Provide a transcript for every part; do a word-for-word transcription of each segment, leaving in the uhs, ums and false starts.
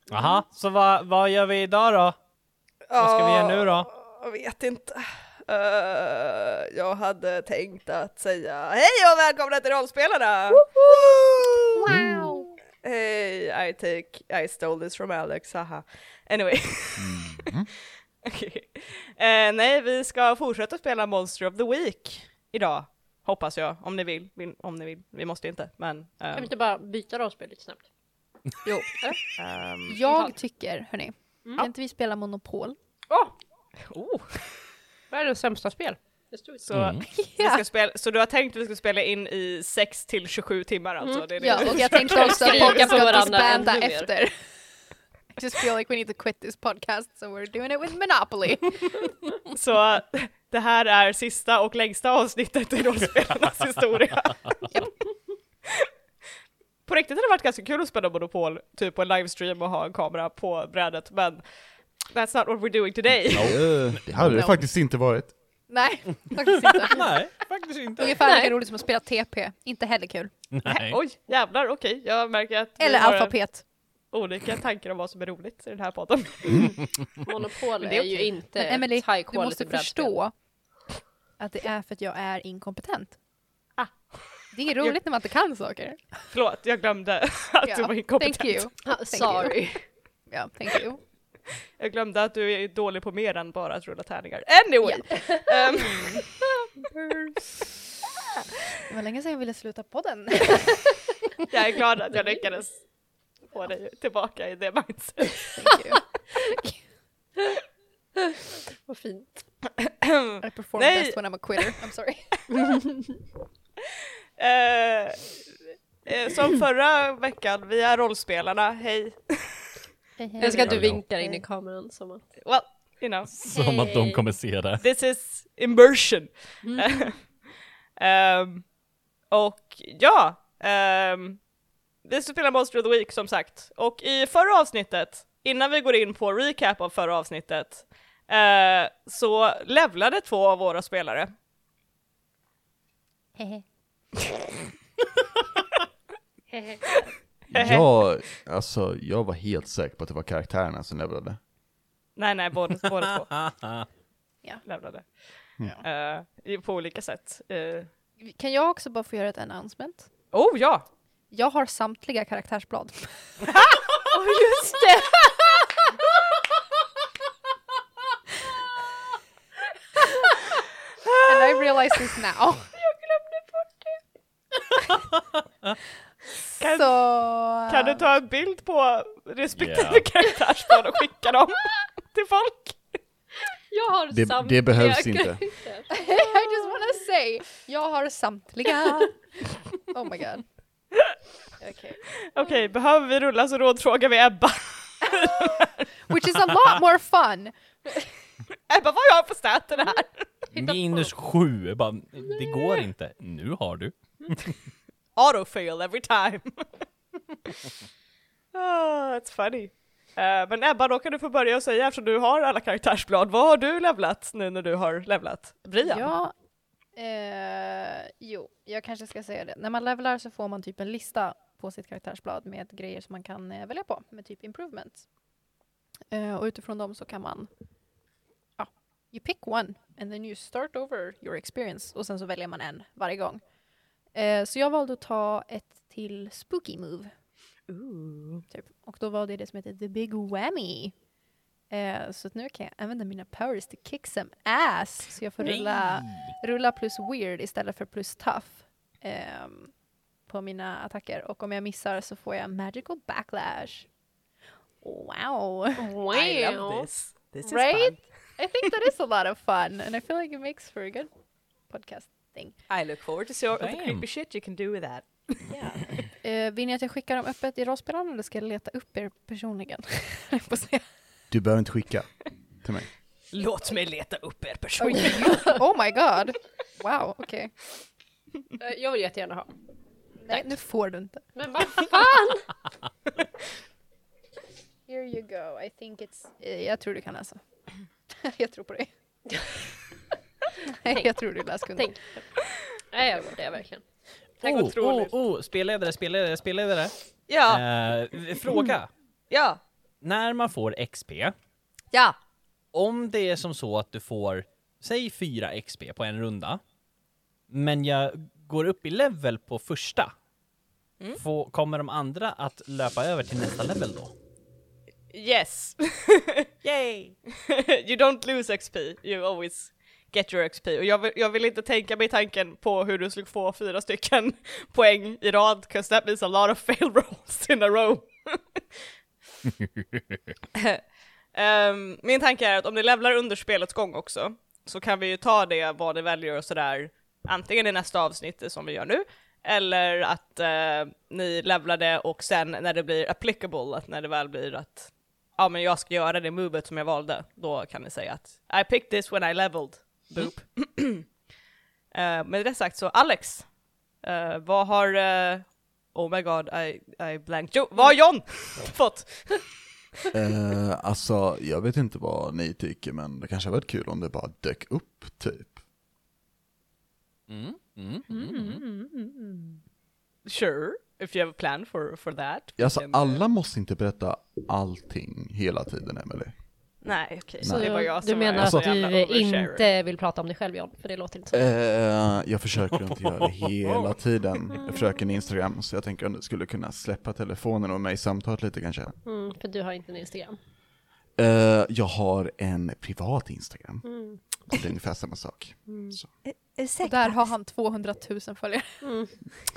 Aha, så vad, vad gör vi idag då? Vad ska vi göra nu då? Jag vet inte. Uh, jag hade tänkt att säga hej och välkomna till Rollspelarna! Wow! Hey, I take, I stole this from Alex, haha. Anyway. Mm. Okay. Uh, nej, vi ska fortsätta spela Monster of the Week idag. Hoppas jag, om ni vill. vill om ni vill. Vi måste inte, men... Um... Kan vi inte bara byta rollspel lite snabbt? Jo. um, jag tycker, hörni, mm. kan inte vi spela Monopol? Åh! Oh. oh. Vad är det sämsta spel? Så, mm. vi ska spela, så du har tänkt att vi ska spela in i sex till tjugosju timmar alltså? Mm. Det är det. Ja, och jag tänkte också att folk ska disbanda efter. I just feel like we need to quit this podcast, so we're doing it with Monopoly. Så det här är sista och längsta avsnittet i rollspelarnas historia. Yep. På riktigt har det varit ganska kul att spela Monopol, typ på en livestream och ha en kamera på brädet, men that's not what we're doing today. No. Det hade det no. faktiskt inte varit. Nej, faktiskt inte. Nej, faktiskt inte. Ungefär lika roligt som att spela T P. Inte heller kul. Nej. Oj, jävlar, okej. Okay. Jag märker att eller alfabet. Olika tankar om vad som är roligt i den här podden. Mm. Monopol är, är ju inte men Emily, high quality. Du måste förstå att det är för att jag är inkompetent. Ah. Det är roligt jag... när man inte kan saker. Förlåt, jag glömde att ja, du var inkompetent. Thank you. Thank Sorry. You. Ja, thank you. Jag glömde att du är dålig på mer än bara att rulla tärningar. Anyway! Yeah. um. Det var länge sedan jag ville sluta podden. Jag är glad att jag lyckades få dig tillbaka i det mindset. Thank you. Vad fint. I perform Nej. best when I'm a quitter. I'm sorry. uh, uh, som förra veckan, vi är rollspelarna. Hej. Jag ska att du vinkar in i kameran som att... Well, you know. Som hey. att de kommer se det. This is immersion. Mm. um, och ja, um, vi ska spela Monster of the Week som sagt. Och i förra avsnittet, innan vi går in på recap av förra avsnittet, uh, så levlade två av våra spelare. Jag, alltså, jag var helt säker på att det var karaktärerna som levlade. Nej, nej, båda, båda två ja. levlade. Ja. Uh, på olika sätt. Uh. Kan jag också bara få göra ett announcement? Oh, ja! Jag har samtliga karaktärsblad. Oh, just det! And I realize this now. Jag glömde bort det. Kan, Så... kan du ta en bild på respektive yeah. karaktärsblad och skicka dem till folk? Jag har det, samtliga. Det behövs inte. I just wanna say, jag har samtliga. Oh my god. Okej, okay. okay, behöver vi rulla så rådfrågar vi Ebba. Which is a lot more fun. Ebba, vad jag har på staten här? Minus sju. Bara, det går inte. Nu har du. Autofail every time. Oh, it's funny. Uh, men Ebba, då kan du få börja och säga, eftersom du har alla karaktärsblad, vad har du levlat nu när du har levlat? Brian? Ja, eh, jo, jag kanske ska säga det. När man levlar så får man typ en lista på sitt karaktärsblad med grejer som man kan eh, välja på, med typ improvements. Eh, och utifrån dem så kan man, ja, you pick one and then you start over your experience. Och sen så väljer man en varje gång. Eh, så jag valde att ta ett till spooky move. Ooh. Typ. Och då var det det som heter The Big Whammy. Eh, så att nu kan jag använda mina powers to kick some ass. Så jag får rulla, rulla plus weird istället för plus tough eh, på mina attacker. Och om jag missar så får jag magical backlash. Wow. Wow. I love this. This is right? fun. I think that is a lot of fun. And I feel like it makes for a good podcast thing. I look forward to see all the creepy shit you can do with that. Yeah. uh, vill ni att jag skickar dem öppet i rollspelaren eller ska jag leta upp er personligen? Jag får se. Du behöver inte skicka till mig. Låt mig leta upp er personligen. Oh my god. Wow, okej. Okay. Uh, jag vill jättegärna ha. Nej, nu får du inte. Men vad fan? Here you go. I think it's... Uh, jag tror du kan läsa. Jag tror på dig. Nej, jag tror du läser kunde. Tänk. Nej, jag det är verkligen. Tänk oh, oh, oh, spelledare, spelledare, spelledare. Ja. Eh, fråga. Ja. när man får X P, Ja. om det är som så att du får, säg fyra X P på en runda, men jag går upp i level på första, mm. får, kommer de andra att löpa över till nästa level då? Yes. Yay. You don't lose X P, you always get your X P. Och jag vill, jag vill inte tänka mig tanken på hur du skulle få fyra stycken poäng i rad, because that means a lot of fail rolls in a row. um, min tanke är att om ni levlar under spelets gång också, så kan vi ju ta det vad ni väljer och sådär, antingen i nästa avsnitt som vi gör nu, eller att uh, ni levlar det och sen när det blir applicable, att när det väl blir att ja, men jag ska göra det movet som jag valde, då kan ni säga att I picked this when I leveled. Boop. uh, med det sagt så, Alex, uh, vad har uh, oh my god, I, I blanked. Jo, vad har John fått? uh, alltså, jag vet inte vad ni tycker, men det kanske har varit kul om det bara dök upp, typ. Mm, mm, mm, mm, mm. Sure, if you have a plan for, for that. Alltså, can, alla måste inte berätta allting hela tiden, Emily. Nej, okej. Okay. Så det var jag som du menar alltså, att du inte vill prata om dig själv, John? För det låter inte så. Uh, jag försöker inte göra det hela tiden. Jag försöker en Instagram, så jag tänker att du skulle kunna släppa telefonen och mig samtalet lite kanske. Mm, för du har inte en Instagram. Uh, jag har en privat Instagram. Mm. Så det är ungefär samma sak. Mm. Så. Och där har han tvåhundratusen följare. Mm.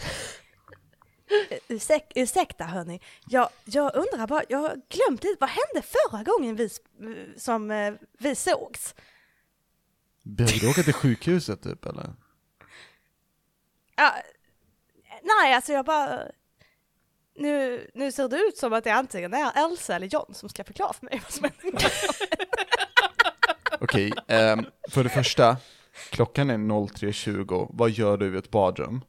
Ursäk, ursäkta hörni, jag, jag undrar bara, jag har glömt lite, vad hände förra gången vi, som eh, vi sågs? Behöver du åka till sjukhuset typ, eller? Ja, nej, alltså jag bara, nu, nu ser det ut som att det antingen är Elsa eller John som ska förklara för mig vad som händer. Okej, okay, um, för det första, klockan är noll tre tjugo, vad gör du i ett badrum?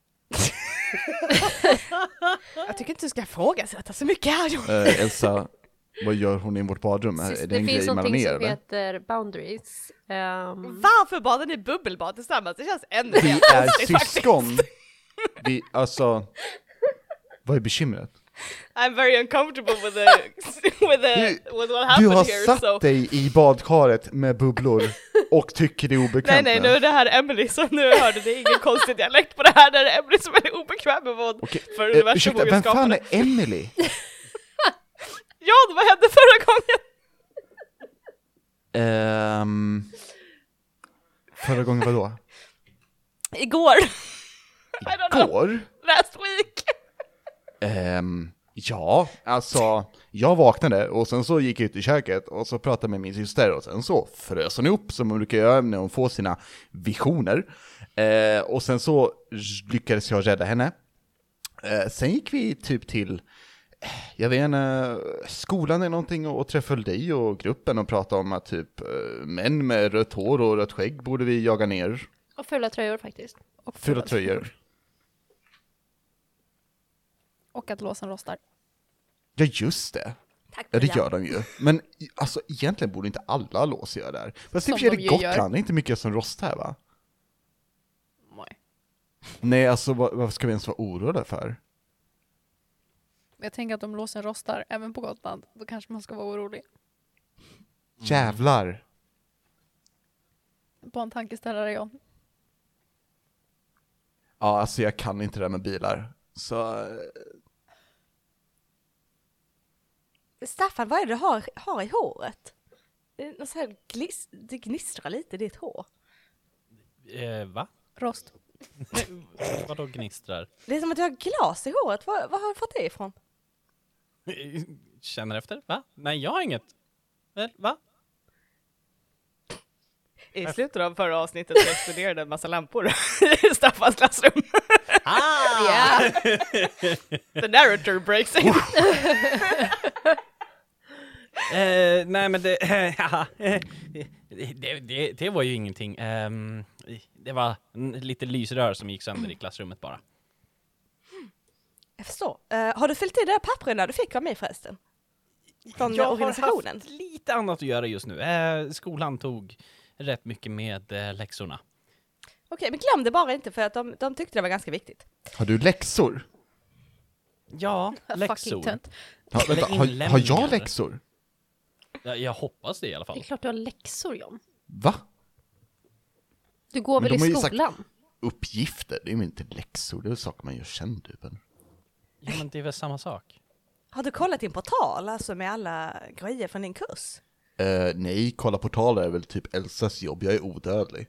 Jag tycker inte du ska ifrågasätta så mycket här, John. Uh, Elsa, vad gör hon i vårt badrum? Är det, det en finns grej mellan någonting er, som eller? heter boundaries. Um... Varför badar ni bubbelbad tillsammans? Det känns ännu Vi mer är konstigt, syskon. Vi, alltså, vad är bekymret? I'm very uncomfortable with the with the Du, with what du happened har here. satt So. dig i badkaret med bubblor och tycker det är obekvämt. Nej, nej, nu är det här Emily som nu hörde. Det är ingen konstig dialekt på det här. Det är Emily som är obekväm med vad Okej, för eh, universum ursäkta, och vem fan skapade. är Emily? John, vad hände förra gången? Um, förra gången var då? Igår. I don't know. Igår? Last week. Um, ja, alltså, jag vaknade och sen så gick jag ut i köket och så pratade med min syster och sen så frös hon ihop som hon brukar göra när hon får sina visioner. Uh, och sen så lyckades jag rädda henne. Uh, sen gick vi typ till, jag vet inte, skolan är någonting och träffade dig och gruppen och pratade om att typ uh, män med rött hår och rött skägg borde vi jaga ner. Och fulla tröjor faktiskt. Och Fylla tröjor. Och att låsen rostar. Ja, just det. Tack Ja, det Jan. gör de ju. Men alltså, egentligen borde inte alla lås göra det här. Fast Som typ är det de ju Gotland, gör. det är inte mycket som rostar, va? Nej. Nej, alltså vad, vad ska vi ens vara oroade för? Jag tänker att om låsen rostar även på Gotland, då kanske man ska vara orolig. Jävlar. På en tankeställare, John. Ja, alltså jag kan inte det där med bilar. Så... eh, Staffan, vad är det du har, har i håret? Det, är något så här glis, det gnistrar lite i ditt hår. Eh, va? Rost. Vadå gnistrar? Det är som att du har glas i håret. Var, var har du fått det ifrån? Känner efter? Va? Nej, jag har inget. Väl, va? I slutet av förra avsnittet så exploderade en massa lampor i Staffans klassrum. Ah! Yeah. The narrator breaks in. Eh, nej men det, det, det, det var ju ingenting. Um, det var en, lite lysrör som gick sönder i klassrummet bara. Jag förstår. Uh, har du fyllt i det papperna du fick av mig förresten? Från Jag har organisationen? haft lite annat att göra just nu. Eh, skolan tog rätt mycket med eh, läxorna. Okej, men glöm det bara inte för att de, de tyckte det var ganska viktigt. Har du läxor? Ja, Fucking läxor. tönt. Ja, vänta, har, har jag läxor? Ja, jag hoppas det i alla fall. Det är klart du har läxor, John. Va? Du går Men väl de har i ju skolan? sagt uppgifter, det är ju inte läxor. Det är saker man gör känd typ. Ja, men det är väl samma sak. Har du kollat din portal, alltså med alla grejer från din kurs? Uh, nej, kolla portaler är väl typ Elsas jobb. Jag är odödlig.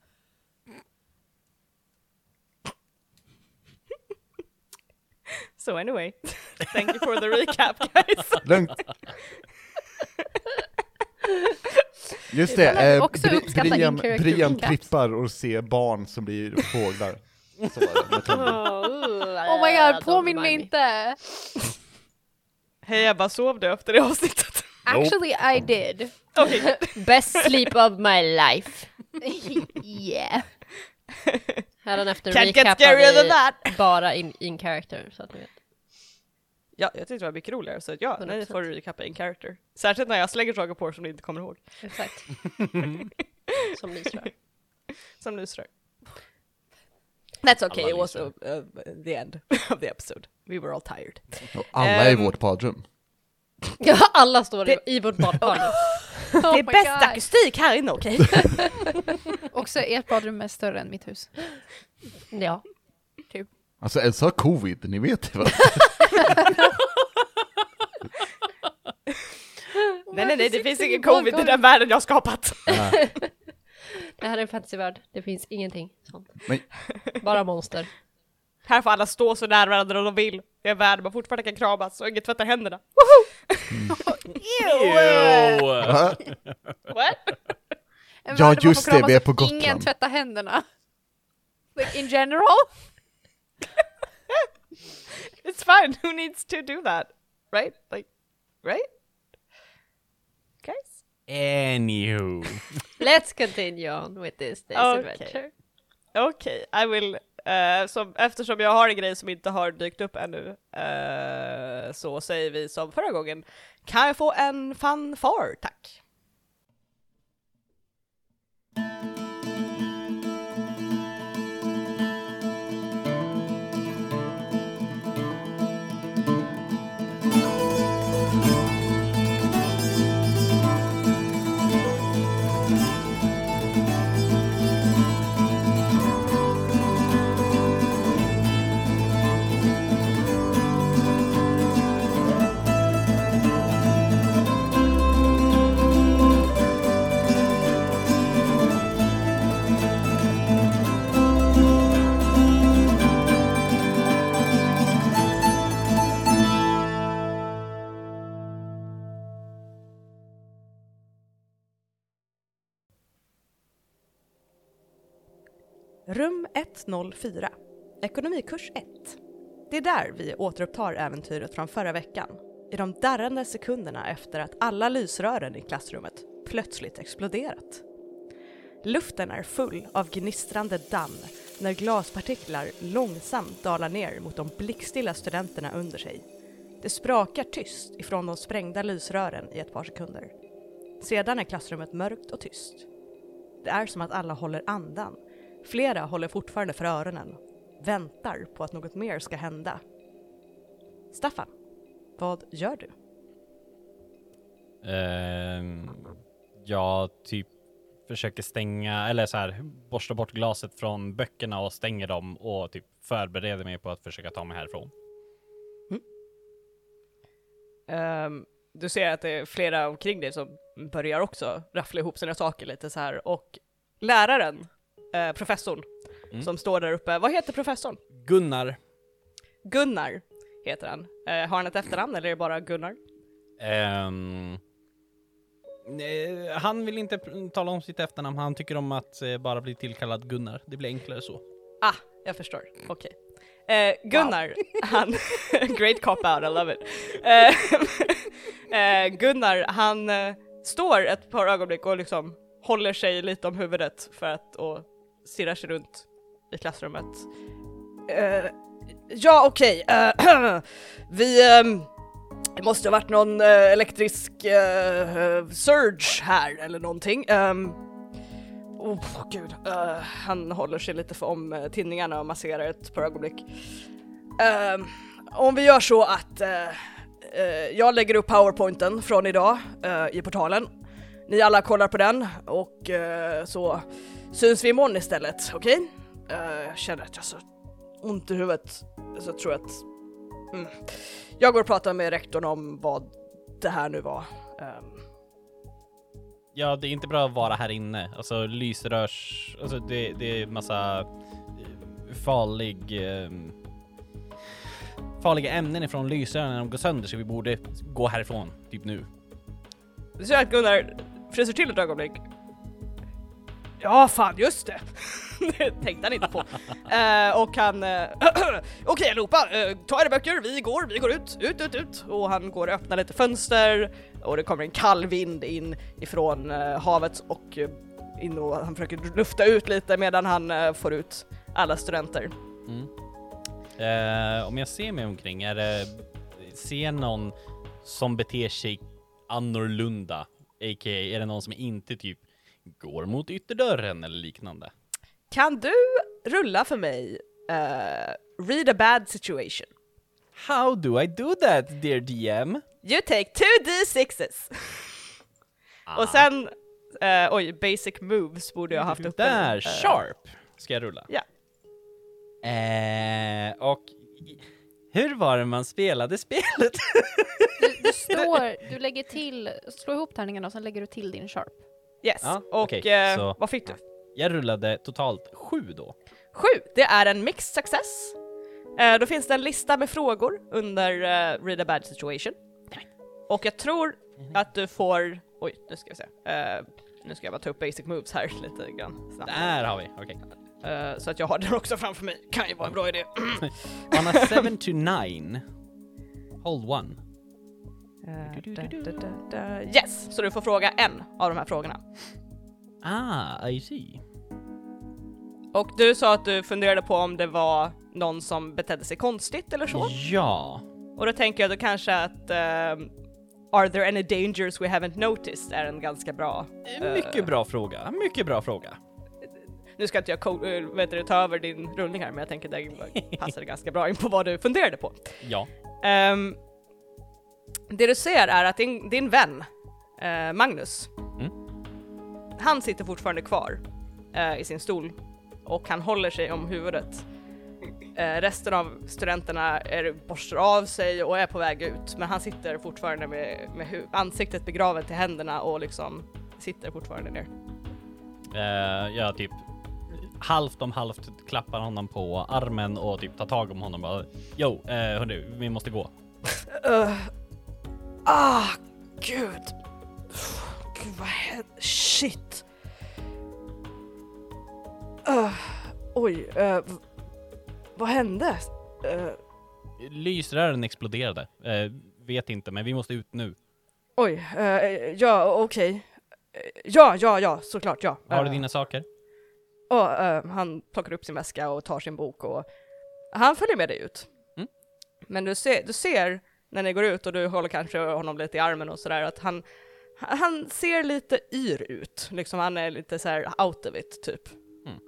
So anyway, thank you for the recap, guys. Lugnt. Just det, Jag eh, också Bri- uppskatta Brian, in-character Brian recaps. trippar och ser barn som blir fåglar. Så var det med tunneln. Oh my god, påminn mig inte! Hej, jag bara sov det efter det avsnittet. Actually I did. Okej. Best sleep of my life. Yeah. Hädanefter Can't get recapar scarier than vi that. bara in, in character, så att ni vet. Ja, jag tyckte det var mycket roligare, så ja, hundra nej, procent. får du recappa in character. Särskilt när jag slänger saker på som du inte kommer ihåg. Exakt. Som lysrör. Som lysrör. That's okay, Alla it was lysrör. uh, the end of the episode. We were all tired. Och alla är i Ehm. vårt badrum. Ja, alla står Det- i vårt badkar nu. Oh Det är my bäst God. akustik här inne, okej? Också ert badrum är större än mitt hus. Ja. Alltså Elsa har covid, ni vet det va? Nej, nej, nej, det finns ingen covid i den världen jag har skapat. Nej. Det här är en fantasyvärld. Det finns ingenting sånt. Men Bara monster. Här får alla stå så nära varandra de vill. Det är en värld man fortfarande kan kramas och inget tvättar händerna. Ew. va? What? En Ja, värld där man just får det, kramas vi är på och Ingen Gotland. tvättar händerna. Like in general? It's fine, who needs to do that? Right? Like, right? Guys? Anywho. Let's continue on with this day's Okay. adventure. Okej, I will, uh, som, eftersom jag har en grej som inte har dykt upp ännu, uh, så säger vi som förra gången, kan jag få en fanfar, tack? Rum ett noll fyra, ekonomikurs ett. Det är där vi återupptar äventyret från förra veckan, i de darrande sekunderna efter att alla lysrören i klassrummet plötsligt exploderat. Luften är full av gnistrande damm när glaspartiklar långsamt dalar ner mot de blickstilla studenterna under sig. Det sprakar tyst ifrån de sprängda lysrören i ett par sekunder. Sedan är klassrummet mörkt och tyst. Det är som att alla håller andan. Flera håller fortfarande för öronen. Väntar på att något mer ska hända. Staffan, vad gör du? Ehm, jag typ försöker stänga, eller så här, borsta bort glaset från böckerna och stänger dem och typ förbereder mig på att försöka ta mig härifrån. Um, du ser att det är flera omkring dig som börjar också raffla ihop sina saker lite så här. Och läraren, eh, professorn, Mm. som står där uppe. Vad heter professorn? Gunnar. Gunnar heter han. Eh, har han ett efternamn eller är det bara Gunnar? Ehm, eh, han vill inte pr- tala om sitt efternamn. Han tycker om att eh, bara bli tillkallad Gunnar. Det blir enklare så. Ah, jag förstår. Okej. Eh, Gunnar, han... Great cop out, I love it. Eh, eh, Gunnar, han eh, står ett par ögonblick och liksom håller sig lite om huvudet för att och stirrar sig runt i klassrummet. Eh, ja, okej. Eh, vi... ehm, det måste ha varit någon eh, elektrisk eh, surge här eller någonting. Um, oh, gud. Uh, han håller sig lite för om uh, tinningarna och masserar ett par ögonblick. Um, om vi gör så att uh, eh, jag lägger upp powerpointen från idag eh, i portalen. Ni alla kollar på den och eh, så syns vi imorgon istället, okej? Okay? Eh, jag känner att jag har så ont i huvudet, så jag tror att mm. jag går och pratar med rektorn om vad det här nu var. Um. Ja, det är inte bra att vara här inne. Alltså lysrörs... Alltså det, det är massa farlig... Eh, farliga ämnen ifrån lysrören när de går sönder, så vi borde gå härifrån, typ nu. Du ser att Gunnar fryser till ett ögonblick. Ja, fan, just det. Det tänkte han inte på. uh, och han... Uh, Okej, okay, allihopa, uh, ta era böcker, vi går, vi går ut, ut, ut, ut. Och han går och öppnar lite fönster. Och det kommer en kall vind in ifrån uh, havet. Och uh, in och han försöker lufta ut lite medan han uh, får ut alla studenter. Mm. Uh, om jag ser mig omkring, är det... Ser någon som beter sig annorlunda? A K A, är det någon som inte typ går mot ytterdörren eller liknande? Kan du rulla för mig uh, read a bad situation? How do I do that, dear D M? You take two d sixes. Ah. Och sen, uh, oj, basic moves borde jag ha haft uppe. Där, uh, sharp. Ska jag rulla? Ja. Eh, och hur var det man spelade spelet? Du, du, står, du lägger till, slå ihop tärningarna och sen lägger du till din sharp. Yes, ja, och okay, uh, vad fick du? Jag rullade totalt sju då. Sju, det är en mixed success. Uh, då finns det en lista med frågor under uh, read a bad situation. Och jag tror att du får... Oj, nu ska vi se. Uh, nu ska jag bara ta upp basic moves här lite grann snabbt. Där har vi, okej. Okay. Uh, så att jag har den också framför mig. Kan ju vara en bra idé. On a seven to nine. Hold one. Uh, da, da, da, da. Yes, så du får fråga en av de här frågorna. Ah, I see. Och du sa att du funderade på om det var någon som betedde sig konstigt eller så? Ja. Och då tänker jag då kanske att um, are there any dangers we haven't noticed är en ganska bra... Uh, mycket bra fråga, mycket bra fråga. Nu ska inte jag ko- uh, vet du, ta över din rullning här, men jag tänker det passar ganska bra in på vad du funderade på. Ja. Um, det du ser är att din, din vän, uh, Magnus, mm. han sitter fortfarande kvar uh, i sin stol och han håller sig om huvudet. Uh, resten av studenterna är borstar av sig och är på väg ut, men han sitter fortfarande med, med hu- ansiktet begravet i händerna och liksom sitter fortfarande ner. Uh, jag typ halvt om halvt klappar honom på armen och typ tar tag om honom och bara, jo, uh, hörru, vi måste gå. Uh, ah, gud. Gud, vad hände? Shit. Uh, oj, uh, v- vad hände? Uh, Lysrören exploderade. Uh, vet inte, men vi måste ut nu. Oj, uh, ja, okej. Okay. Ja, ja, ja, såklart, ja. Har du uh, dina saker? Och, uh, han plockar upp sin väska och tar sin bok och han följer med dig ut. Mm. Men du ser, du ser när ni går ut och du håller kanske honom lite i armen och sådär att han, han ser lite yr ut. Liksom han är lite så här out of it, typ. Mm.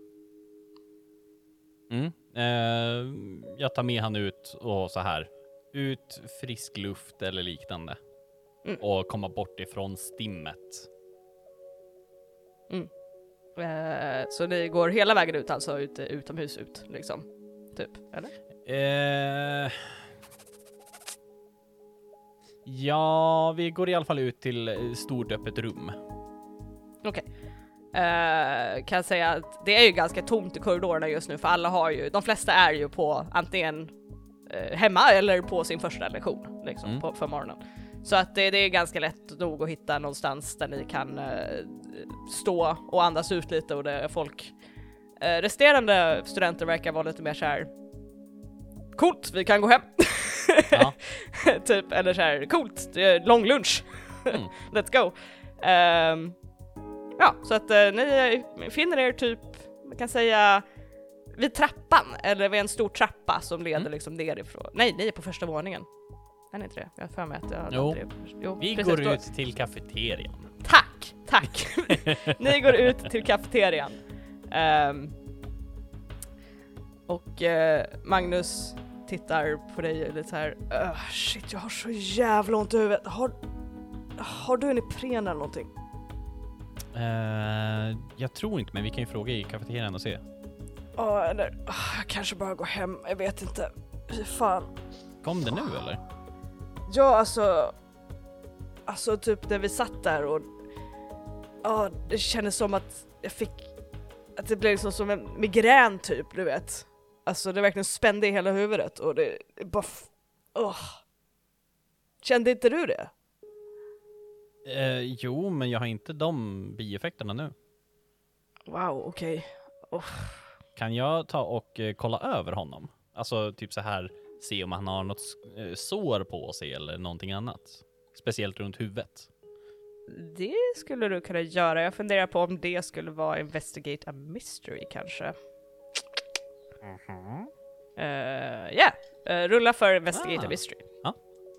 Mm. Uh, jag tar med han ut och så här. Ut, frisk luft eller liknande. Mm. Och komma bort ifrån stimmet. Mm. Uh, så ni går hela vägen ut, alltså ut, utomhus ut, liksom. Typ, eller? Uh, ja, vi går i alla fall ut till stort öppet rum. Okej. Okay. Uh, kan jag säga att det är ju ganska tomt i korridorerna just nu, för alla har ju, de flesta är ju på antingen uh, hemma eller på sin första lektion, liksom, mm. på, för morgonen. Så att det, det är ganska lätt nog att hitta någonstans där ni kan uh, stå och andas ut lite, och det folk uh, resterande studenter verkar vara lite mer så här: coolt, vi kan gå hem. Ja. Typ, eller så här: coolt, det är lång lunch. Mm. Let's go. Um, ja, så att uh, ni finner er typ, man kan säga, vid trappan, eller vid en stor trappa som leder mm. liksom nerifrån. Nej, ni är på första våningen. Är ni inte det? Jag har för mig att jag jo. det. Jo, vi precis, går då. ut till kafeterian. Tack, tack. Ni går ut till kafeterian. Um, och uh, Magnus tittar på dig lite så här. Uh, shit, jag har så jävla ont i huvudet. Har, har du en Ipren eller någonting? Uh, jag tror inte, men vi kan ju fråga i kafeterian och se. Ja, uh, eller uh, jag kanske bara går hem. Jag vet inte. Fy fan. Kom det nu eller? Ja, alltså... Alltså typ när vi satt där och... Ja, uh, det kändes som att jag fick... Att det blev liksom som en migrän typ, du vet. Alltså det verkligen spände i hela huvudet och det, det bara... Oh. Kände inte du det? Uh, jo, men jag har inte de bieffekterna nu. Wow, okej. Okay. Oh. Kan jag ta och uh, kolla över honom? Alltså typ så här, se om han har något uh, sår på sig eller någonting annat. Speciellt runt huvudet. Det skulle du kunna göra. Jag funderar på om det skulle vara investigate a mystery kanske. Mhm. Ja, uh, yeah. uh, rulla för investigate ah. a mystery. Ja.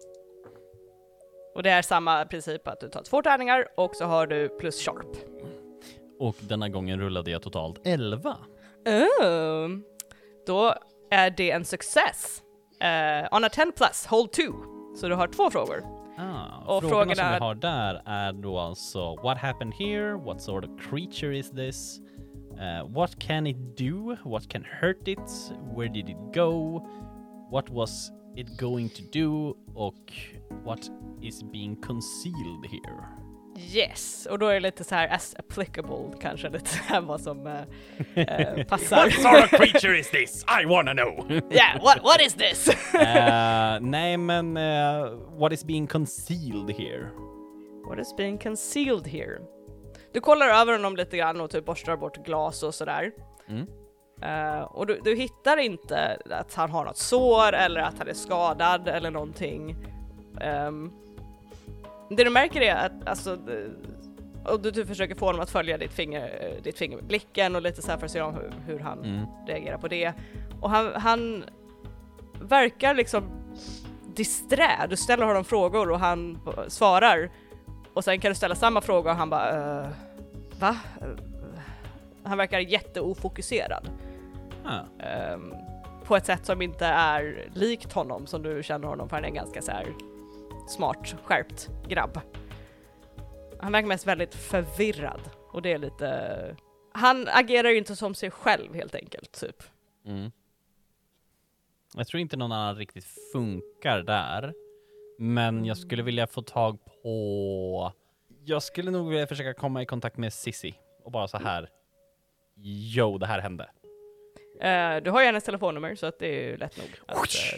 Och det är samma princip att du tar två tärningar och så har du plus sharp. Och denna gången rullade jag totalt elva. Oh. Då är det en success. Uh, on a ten plus, hold two. Så du har två frågor. Ah, och frågorna, frågorna som vi har där är då alltså: what happened here? What sort of creature is this? Uh, what can it do? What can hurt it? Where did it go? What was it going to do? Och what is being concealed here? Yes, och då är det lite så här as applicable kanske lite så här vad som uh, uh, passar. What sort of creature is this? I wanna know! Yeah, what, what is this? uh, nej men, uh, what is being concealed here? What is being concealed here? Du kollar över honom lite grann och typ borstar bort glas och sådär. Mm. Uh, och du, du hittar inte att han har något sår eller att han är skadad eller någonting. Um, det du märker är att alltså, och du, du försöker få honom att följa ditt finger, ditt finger med blicken och lite så här för att se om hur, hur han Mm. reagerar på det. Och han, han verkar liksom disträ. Du ställer honom frågor och han svarar. Och sen kan du ställa samma fråga och han bara uh, va? Uh, han verkar jätteofokuserad. Ah. Um, på ett sätt som inte är likt honom som du känner honom, för han är en ganska så här smart, skärpt grabb. Han verkar mest väldigt förvirrad och det är lite... Han agerar ju inte som sig själv helt enkelt, typ. Mm. Jag tror inte någon annan riktigt funkar där. Men jag skulle vilja få tag på... Jag skulle nog vilja försöka komma i kontakt med Sissi. Och bara så här. Jo, det här hände. Uh, du har ju hennes telefonnummer så att det är ju lätt nog. Att, uh...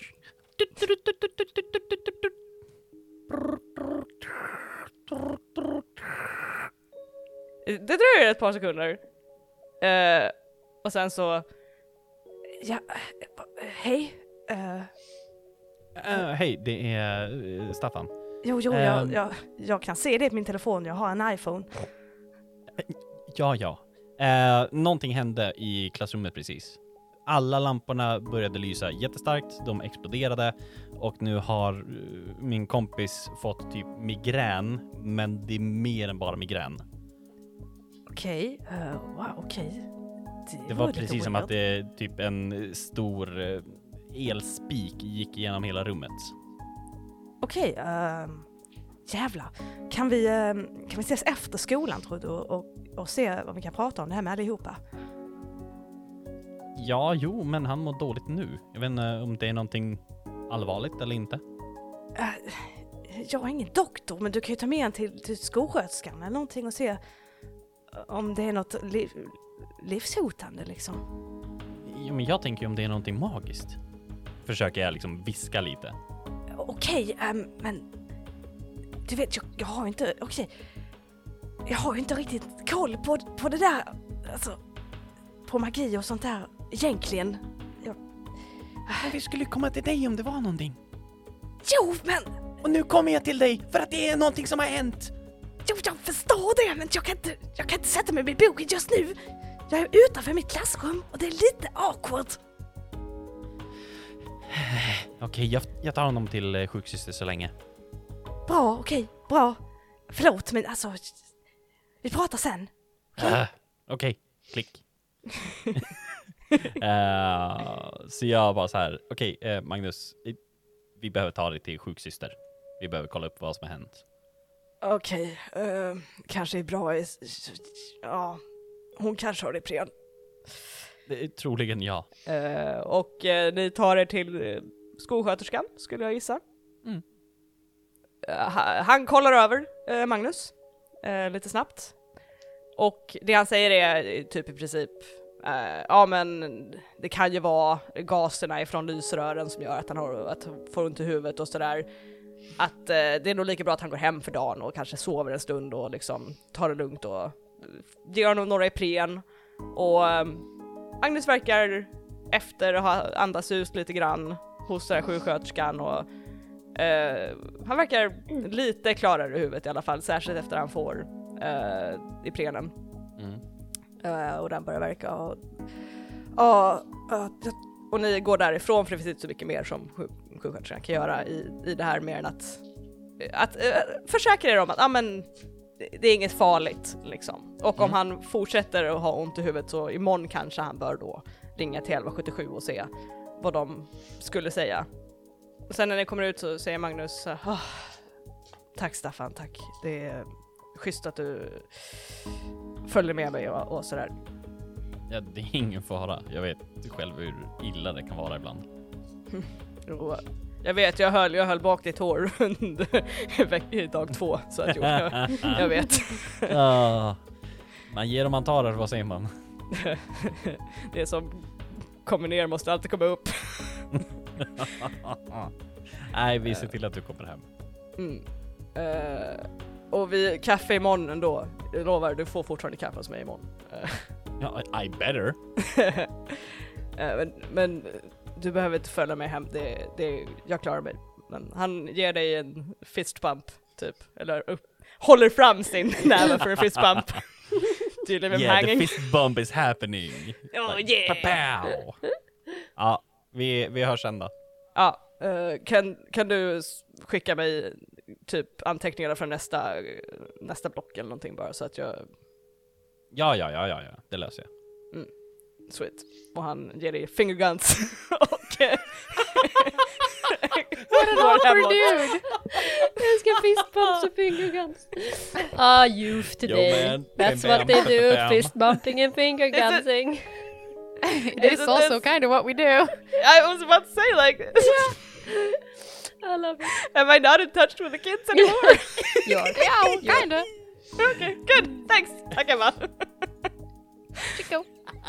Det dröjer ett par sekunder. Uh, och sen så... Ja, hej. Uh... Uh, Hej, det är uh, Staffan. Jo, jo, um, jag, jag, jag kan se det på min telefon. Jag har en iPhone. Ja, ja. Uh, någonting hände i klassrummet precis. Alla lamporna började lysa jättestarkt. De exploderade. Och nu har uh, min kompis fått typ migrän. Men det är mer än bara migrän. Okej, okay, uh, wow, okej. Okay. Det, det var precis som att det typ en stor uh, elspik gick igenom hela rummet. Okej, okay, uh, jävlar. Kan vi, uh, kan vi ses efter skolan tror du och, och, och se vad vi kan prata om det här med allihopa? Ja, jo, men han mår dåligt nu. Jag vet inte om det är någonting allvarligt eller inte. Uh, jag är ingen doktor, men du kan ju ta med han till, till skolsköterskan eller någonting och se om det är något liv, livshotande liksom. Ja, men jag tänker ju om det är någonting magiskt. Försöker jag liksom viska lite. Okej, okay, um, men du vet, jag, jag har inte, okej. Okay. Jag har ju inte riktigt koll på, på det där, alltså, på magi och sånt där egentligen. Jag... Men vi skulle komma till dig om det var någonting. Jo, men... Och nu kommer jag till dig för att det är någonting som har hänt. Jo, jag förstår det, men jag kan inte, jag kan inte sätta mig med boken just nu. Jag är utanför mitt klassrum och det är lite awkward. Okej, okay, jag, jag tar honom till eh, sjuksyster så länge. Bra, okej, okay, bra. Förlåt, men alltså... Vi pratar sen. Okej, okay? uh, okay. Klick. uh, så jag bara så här, okej okay, uh, Magnus, vi behöver ta dig till sjuksyster. Vi behöver kolla upp vad som har hänt. Okej, okay, uh, kanske är bra. I, ja, hon kanske har Ipren. Det är troligen ja. Uh, och uh, ni tar er till uh, skolsköterskan, skulle jag gissa. Mm. Uh, han kollar över uh, Magnus uh, lite snabbt. Och det han säger är typ i princip uh, ja men det kan ju vara gaserna ifrån lysrören som gör att han har att han får ont i huvudet och sådär. Att uh, det är nog lika bra att han går hem för dagen och kanske sover en stund och liksom tar det lugnt och ger honom några Ipren. Och um, Agnes verkar efter att ha andats ut lite grann hos den här sjuksköterskan och uh, han verkar lite klarare i huvudet i alla fall, särskilt efter han får uh, Iprenen. Mm. Uh, och den börjar verka och, uh, uh, och ni går därifrån för det finns inte så mycket mer som sjuk- sjuksköterskan kan göra i, i det här mer än att, att uh, försäkra er om att ah, men, det är inget farligt liksom. Och om mm. han fortsätter att ha ont i huvudet så imorgon kanske han bör då ringa till elva sjuttiosju och se vad de skulle säga. Och sen när ni kommer ut så säger Magnus oh, tack Staffan, tack. Det är schysst att du följer med mig och, och sådär. Ja, det är ingen fara. Jag vet själv hur illa det kan vara ibland. Jo, jag vet, jag höll, jag höll bak ditt hår under dag två. Så att, jo, jag, jag vet. uh, man ger och man tar det, vad säger man? Det som kommer ner måste alltid komma upp. Nej, vi ser till att du kommer hem. Mm. Uh, och vi kaffe imorgon ändå. Jag lovar, du får fortfarande kaffe hos mig imorgon. Uh. Ja, I better. uh, men, men du behöver inte följa mig hem. Det, det, jag klarar mig. Men han ger dig en fist bump, typ. Eller upp, håller fram sin näve för en fist bump. Do you live in yeah, hanging? the fist bump is happening. Oh like, yeah! Ja, vi, vi hörs sen då. Ja, uh, kan, kan du skicka mig typ anteckningarna från nästa, nästa block eller någonting bara så att jag... Ja, ja, ja, ja, ja. Det löser jag. Mm. Sweet. Och han ger dig finger guns. Och... What an awkward dude! Jag ska fist bumps och finger guns. Ah, youth today. Yo, man. That's Bam, what they bam, do, bam. fist bumping and finger gunsing. It is also kind of what we do. I was about to say, like... I love it. Am I not in touch with the kids anymore? Yeah, Yeah, kind of. Okay, good. Thanks. Okay, va. Chico.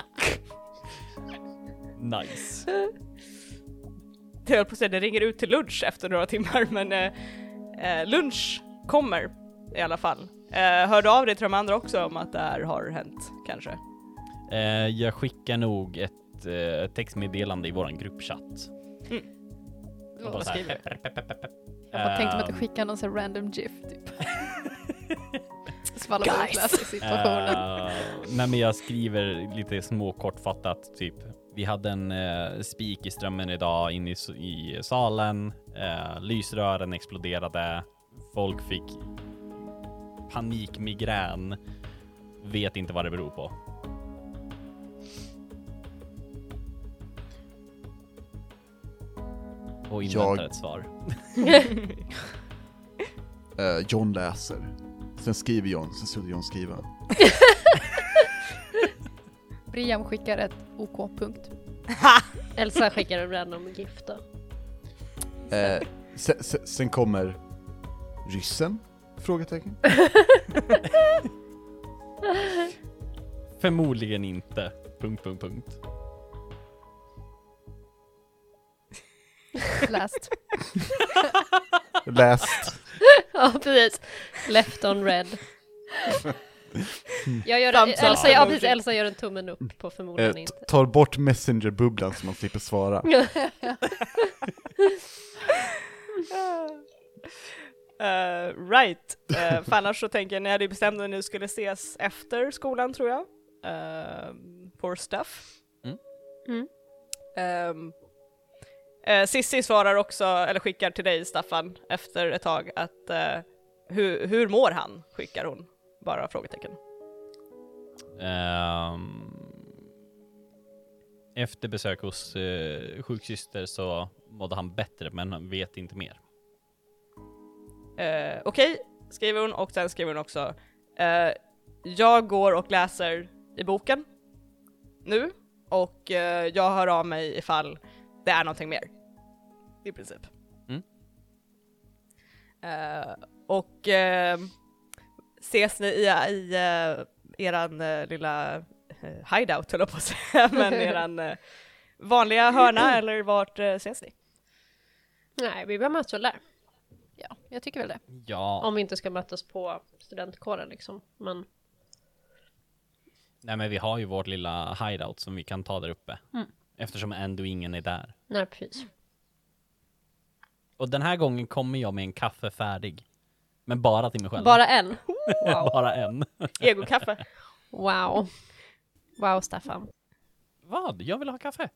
Nice. Jag höll på att säga, det ringer ut till lunch efter några timmar, men eh, lunch kommer i alla fall. Eh, hörde av dig till de andra också om att det här har hänt, kanske? Eh, jag skickar nog ett eh, textmeddelande i våran gruppchatt. Mm. Och bara Vad så här, skriver? pepp, pepp, pepp, pepp, pepp. Jag bara tänkte mig att du Ehm, skickar någon sån här random gif typ. Så alla bara läser situationen. Uh, nej men jag skriver lite små kortfattat typ. Vi hade en uh, spik i strömmen idag in i, i salen. Uh, lysrören exploderade. Folk fick panikmigrän. Vet inte vad det beror på. Och inväntar Jag- ett svar. Eh, John läser. Sen skriver John, sen slutar John skriva. Brian skickar ett OK-punkt. Elsa skickar en random gift då. Eh, sen, sen, sen kommer ryssen? Frågetecken. Förmodligen inte. Punkt, punkt, punkt. Läst. Läst. Ja, precis. Left on red. Jag gör Thumbs up. Elsa, ja, precis, Elsa gör en tummen upp på Eh, förmodligen t- inte. tar bort messenger-bubblan så man slipper svara. Uh, right. Uh, för annars så tänker jag, ni hade ju bestämt att ni skulle ses efter skolan, tror jag. Uh, for stuff. Mm. Mm. Um, uh, Sissi svarar också, eller skickar till dig, Staffan, efter ett tag att uh, hur, hur mår han? Skickar hon. Bara frågetecken. Um, Efter besök hos eh, sjuksyster så mådde han bättre, men han vet inte mer. Eh, Okej, okay, skriver hon, och sen skriver hon också eh, jag går och läser i boken nu, och eh, jag hör av mig ifall det är någonting mer. I princip. Mm. Eh, och eh, ses ni i, i uh, eran uh, lilla uh, hideout, höll jag på att säga, men eran uh, vanliga hörna, eller vart uh, ses ni? Nej, vi bara möts väl där. Ja, jag tycker väl det. Ja. Om vi inte ska mötas på studentkåren liksom. Men... Nej, men vi har ju vårt lilla hideout som vi kan ta där uppe. Mm. Eftersom ändå ingen är där. Nej, precis. Och den här gången kommer jag med en kaffe färdig. Men bara till mig själv. Bara en? Wow. Bara en. Egokaffe. Wow. Wow, Staffan. Vad? Jag vill ha kaffe.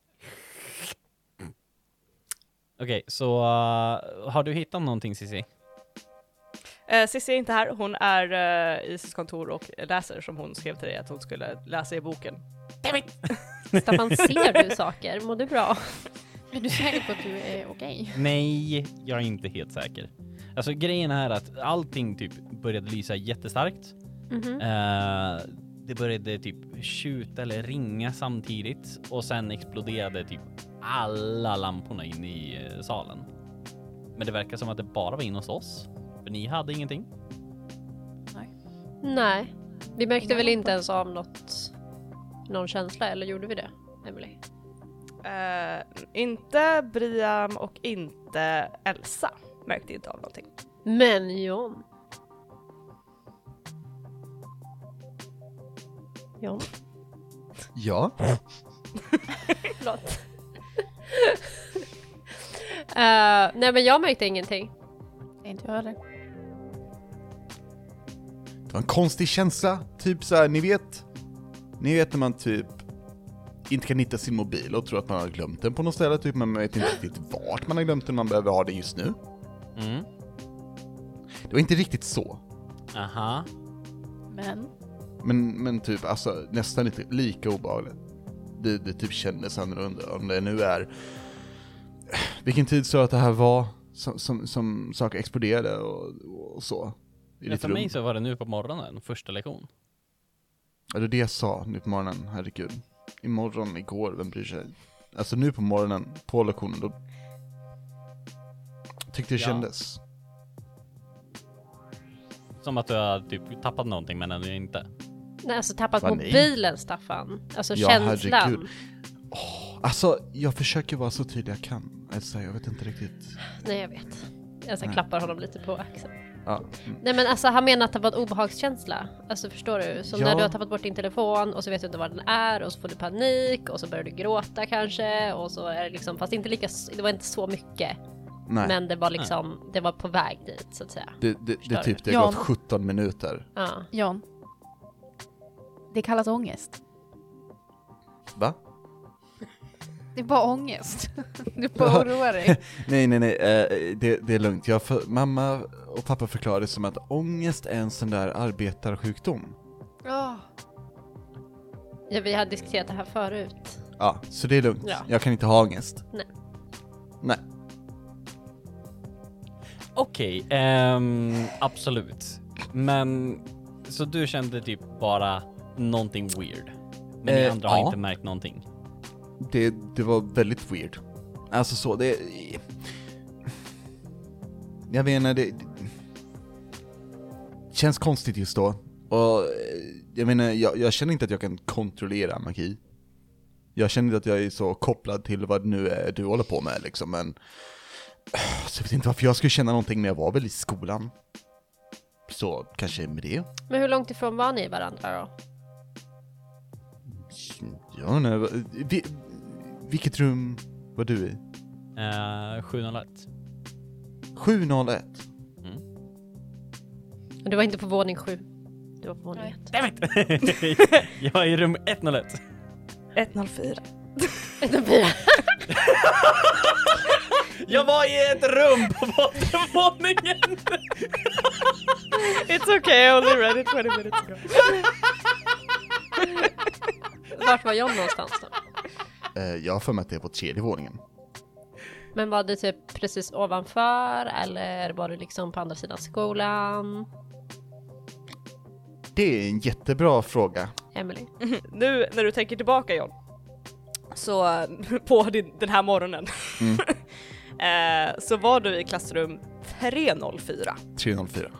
Okej, okay, så uh, har du hittat någonting, Cissi? Uh, Cissi är inte här. Hon är uh, i sitt kontor och läser, som hon skrev till dig att hon skulle läsa i boken. Staffan, ser du saker? Mår du bra? Är du säker på att du är okej? Nej, jag är inte helt säker. Alltså grejen är att allting typ började lysa jättestarkt. Mm-hmm. Uh, det började typ skjuta eller ringa samtidigt. Och sen exploderade typ alla lamporna inne i uh, salen. Men det verkar som att det bara var in hos oss. För ni hade ingenting. Nej. Nej. Vi märkte Inga väl lampor. inte ens av något, någon känsla, eller gjorde vi det, Emily? Uh, inte Briam och inte Elsa märkte inte av någonting. Men John. John? Ja. Förlåt. uh, nej, men jag märkte ingenting. Inte jag heller. Det var en konstig känsla. Typ så här, ni vet... Ni vet när man typ inte kan hitta sin mobil och tror att man har glömt den på något ställe. Typ, men man vet inte riktigt vart man har glömt den. Man behöver ha den just nu. Mm. Det var inte riktigt så. Aha. Men... Men, men typ alltså nästan lite lika obehagligt. Det, det typ kändes annorlunda. Om det nu är... Vilken tid så att det här var som, som, som saker exploderade och, och så. I Ja, ditt för rum. mig så var det nu på morgonen, första lektion. Ja, det är det jag sa nu på morgonen, herregud. Imorgon, igår, vem bryr sig? Alltså nu på morgonen, på lektionen, då tyckte det Ja. kändes. Som att du har typ tappat någonting, men ändå inte. Nej, alltså tappat Va, nej. mobilen, Staffan. Alltså Ja, känslan. herregud. Oh, alltså, jag försöker vara så tydlig jag kan. Alltså, jag vet inte riktigt. Nej, jag vet. Jag så Nej. klappar honom lite på axeln. Ja. Mm. Nej, men alltså han menar att det var en obehagskänsla. Alltså förstår du? Som Ja. när du har tappat bort din telefon och så vet du inte var den är och så får du panik och så börjar du gråta kanske och så är det liksom, fast inte lika, det var inte så mycket. Nej, Men det var liksom, det var på väg dit så att säga. det, det, det är typ, det Ja. har gått sjutton minuter. Ja. Jan. Det kallas ångest. Va? Det är bara ångest. Du får oroa dig. Nej, nej, nej, eh, det, det är lugnt. Jag för, mamma och pappa förklarade som att ångest är en sån där arbetarsjukdom. Oh. Ja, vi har diskuterat det här förut. Ja, så det är lugnt. Ja. Jag kan inte ha ångest. Nej. Nej. Okej, ehm, absolut. Men, så du kände typ bara någonting weird? Men ni Eh, andra har ja. inte märkt någonting? Det, det var väldigt weird. Alltså så, det... Jag menar, det... det känns konstigt just då. Och jag menar, jag, jag känner inte att jag kan kontrollera magi. Jag känner inte att jag är så kopplad till vad det nu är du håller på med liksom, men... Så jag vet inte varför jag skulle känna någonting, men jag var väl i skolan. Så kanske med det. Men hur långt ifrån var ni varandra då? Ja, nej, vi, vilket rum var du i? Uh, sju noll ett. sju noll ett. Mm. Du var inte på våning sju. Du var på våning Nej. ett. Damn it! Jag var i rum ett noll ett. ett noll fyra. ett noll fyra. Jag var i ett rum på bottenvåningen! It's okay, I only read it twenty minutes ago. Vart var John någonstans då? Eh, jag har för mig att det är på tredje våningen. Men var det typ precis ovanför eller var det liksom på andra sidan skolan? Det är en jättebra fråga. Emily? Nu när du tänker tillbaka, John, så på din, den här morgonen Mm. eh, så var du i klassrum tre noll fyra. tre noll fyra.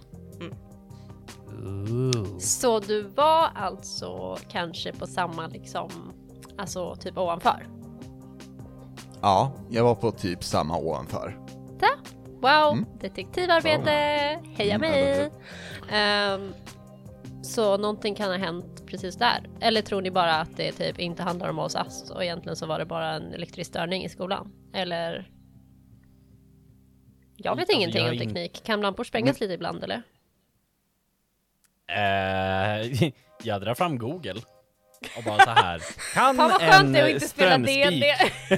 Ooh. Så du var alltså kanske på samma liksom, alltså typ ovanför? Ja, jag var på typ samma ovanför. Wow, Mm. detektivarbete, heja Mm, mig! Ehm, så någonting kan ha hänt precis där. Eller tror ni bara att det typ inte handlar om oss ass och egentligen så var det bara en elektrisk störning i skolan? Eller? Jag vet Alltså, ingenting jag om är in- teknik. Kan lampor sprängas lite ibland eller? Eh, jag drar fram Google och bara så här. Kan Fan vad en skönt det är att inte spela D strömspik, and D.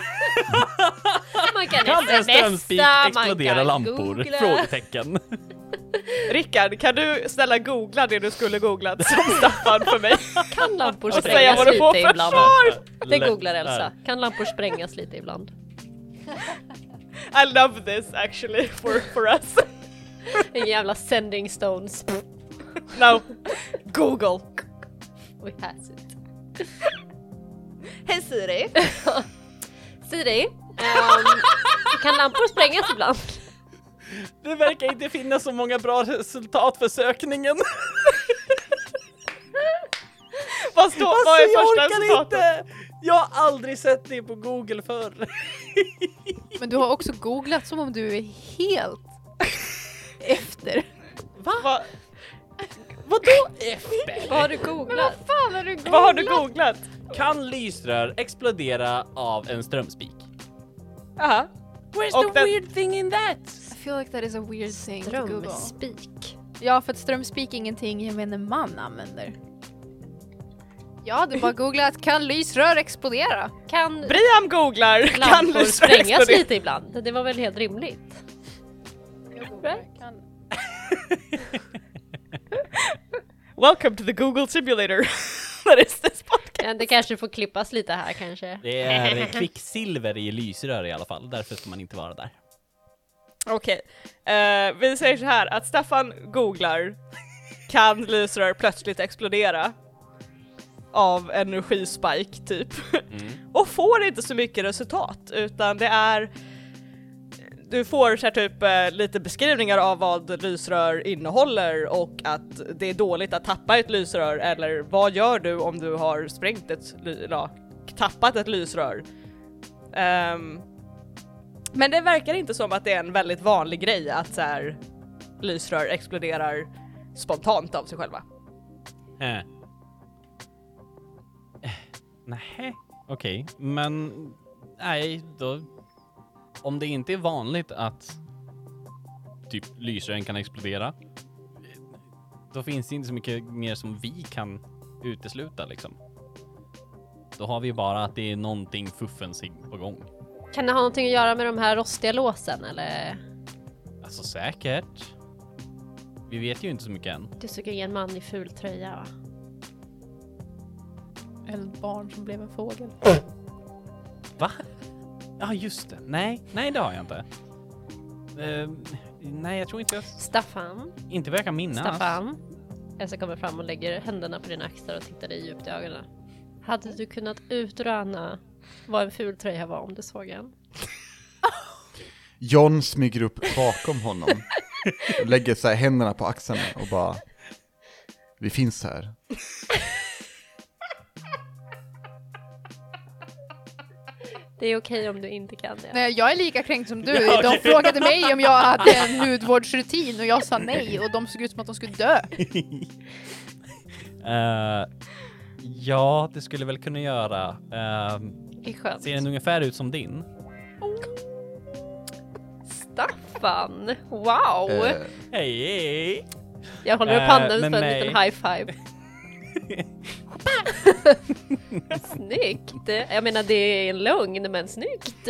Man kan, kan en strömspik smsa, explodera man kan lampor? googla. Frågetecken. Rickard, kan du snälla googla det du skulle googlat som Staffan för mig? Kan lampor Och säga sprängas vad du får lite för ibland? svar! Det Lätt googlar Elsa. där. Kan lampor sprängas lite ibland? I love this actually for, for us. En jävla sending stones. Now, Google. We has it. Hej Siri. Siri, ehm, kan lampor sprängas ibland? Det verkar inte finnas så många bra resultat för sökningen. Vad, står, Alltså, vad är jag första orkar resultatet? inte. Jag har aldrig sett det på Google förr. Men du har också googlat som om du är helt efter. Va? Vadå efter? Vad har du googlat? Fan har du googlat? Vad har du googlat? Kan lysrör explodera av en strömspik? Aha. Where's Och the den- weird thing in that? I feel like that is a weird thing to google. Strömspik. Ja, för att strömspik är ingenting gemene man använder. Ja, du bara googlat kan lysrör explodera? Kan Brian googlar. Kan lampor lysrör sprängas explodera? lite ibland? Det var väl helt rimligt? Kan... Welcome to the Google simulator. That is this podcast. Ja, det kanske får klippas lite här kanske. Det är kvicksilver i lysrör i alla fall. Därför ska man inte vara där. Okej, eh, vi säger så här att Staffan googlar kan lysrör plötsligt explodera av energispike typ Mm. och får inte så mycket resultat utan det är du får så här typ eh, lite beskrivningar av vad lysrör innehåller och att det är dåligt att tappa ett lysrör eller vad gör du om du har sprängt ett ly- ja, tappat ett lysrör. Ehm, men det verkar inte som att det är en väldigt vanlig grej att så här, lysrör exploderar spontant av sig själva. Eh. Eh, Nej, okej. Men nej, då... Om det inte är vanligt att typ lysrören kan explodera, då finns det inte så mycket mer som vi kan utesluta liksom. Då har vi bara att det är någonting fuffens på gång. Kan det ha någonting att göra med de här rostiga låsen eller? Alltså säkert. Vi vet ju inte så mycket än. Du såg en man i ful tröja va? Eller ett barn som blev en fågel. Va? Ja, just det. Nej, nej det har jag inte. Uh, nej, jag tror inte jag... Staffan, Inte vad jag kan minnas. Staffan. Elsa kommer fram och lägger händerna på dina axlar och tittar dig djupt i ögonen. Hade du kunnat utröna vad en ful tröja var om du såg en? John smyger upp bakom honom. Och lägger så här händerna på axlarna och bara... Vi finns här. Det är okej om du inte kan det. Nej, jag är lika kränkt som du. Ja, De okej. frågade mig om jag hade en hudvårdsrutin och jag sa nej och de såg ut som att de skulle dö. Eh, ja, det skulle väl kunna göra. Uh, Det är skönt. ser den ungefär ut som din? Staffan, wow! Eh, Hej, hej. Jag håller upp eh, handen för men en nej. liten high five. Snyggt! Jag menar det är en lögn men snyggt.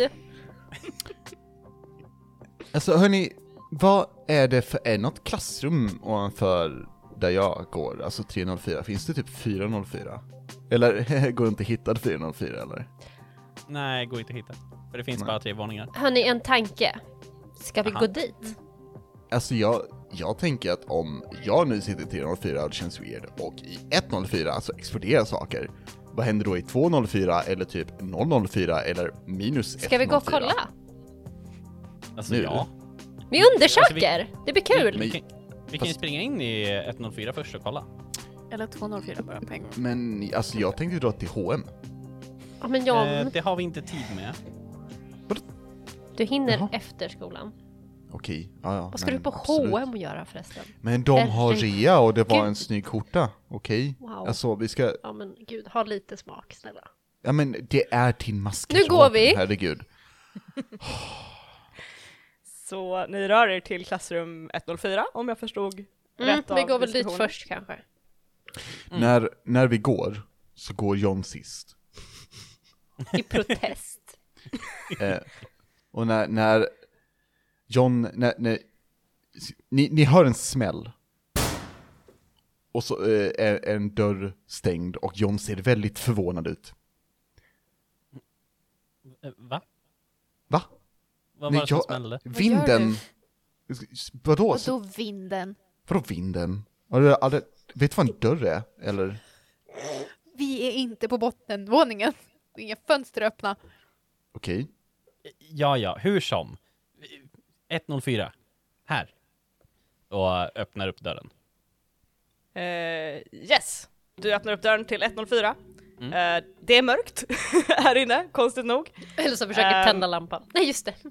alltså hörni, vad är det för... Är något klassrum ovanför där jag går? Alltså tre noll fyra. Finns det typ fyra noll fyra? Eller går det inte hittad fyra noll fyra eller? Nej, går inte att hitta. För det finns Nej. bara tre våningar. Hörni, en tanke. Ska vi Aha. gå dit? Alltså jag, jag tänker att om jag nu sitter i tre noll fyra och det känns weird och i ett noll fyra så exploderar saker. Vad händer då i två noll fyra eller typ noll noll fyra eller minus ett noll fyra? Ska vi gå och kolla? Alltså Nu? ja. Vi undersöker! Alltså, Det blir kul! Vi, vi, kan, vi kan ju Fast- springa in i ett noll fyra först och kolla. Eller två noll fyra bara på en gång. Men alltså jag tänkte dra till H och M. Ja, men John, Eh, det har vi inte tid med. du hinner Jaha. efter skolan. Okej, ja, ja. Vad ska men du på absolut. H och M och göra förresten? Men de har Herregud. rea och det var en snygg skjorta. Okej? Wow. Alltså vi ska... Ja men gud, ha lite smak snälla. Ja men det är till masker. Nu går vi. Herregud. Så ni rör er till klassrum ett noll fyra om jag förstod Mm, rätt av vi går väl dit diskussionen. först kanske. Mm. När, när vi går så går John sist. I protest. Eh, och när, när John, när, när ni, ni hör en smäll. Och så eh, är en dörr stängd och John ser väldigt förvånad ut. Eh, Va? Va? Vad Nej, var det som jag- smällde? Vinden. Vadå? Vadå vinden? Vadå vinden? Har du aldrig, vet du vad en dörr är? Eller? Vi är inte på bottenvåningen. Inga fönster öppna. Okej. Ja, ja, hur som. ett noll fyra. Här. Och öppnar upp dörren. Eh, yes, du öppnar upp dörren till ett noll fyra. Mm. Eh, det är mörkt här inne, konstigt nog. Eller så försöker Ehm. tända lampan. Nej just det.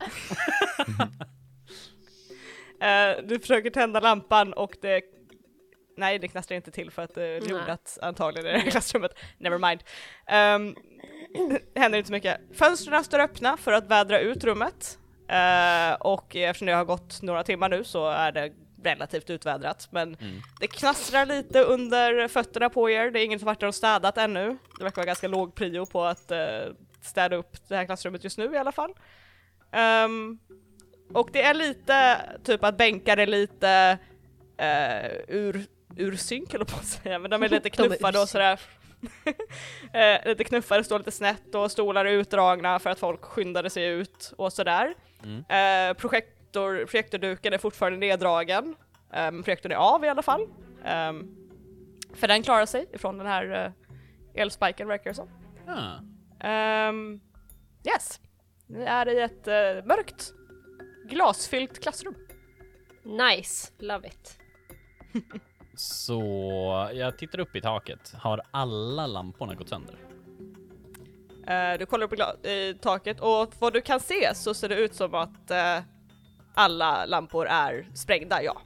Eh, du försöker tända lampan och det... Nej, det knastrar inte till för att det är Nej. jordat antagligen i det här klassrummet. Never mind. Um, det händer inte så mycket. Fönstren står öppna för att vädra ut rummet. Eh, och eftersom det har gått några timmar nu så är det relativt utvädrat. Men Mm. det knastrar lite under fötterna på er. Det är ingen som varit där och städat ännu. Det verkar vara ganska låg prio på att uh, städa upp det här klassrummet just nu i alla fall. Um, och det är lite, typ att bänkar är lite uh, ur, ur synk eller på att säga. Men de är lite De är knuffade och ursynk. sådär. uh, lite knuffade, står lite snett och stolar är utdragna för att folk skyndade sig ut och sådär. Mm. Uh, projektor, projektorduken är fortfarande neddragen. Um, projektorn är av i alla fall. Um, för den klarar sig ifrån den här uh, elspiken verkar det som. Ah. Um, yes. Ni är i ett uh, mörkt, glasfyllt klassrum. Nice, love it. Så jag tittar upp i taket. Har alla lamporna gått sönder? Uh, du kollar upp i, gla- i taket och vad du kan se så ser det ut som att uh, alla lampor är sprängda, ja.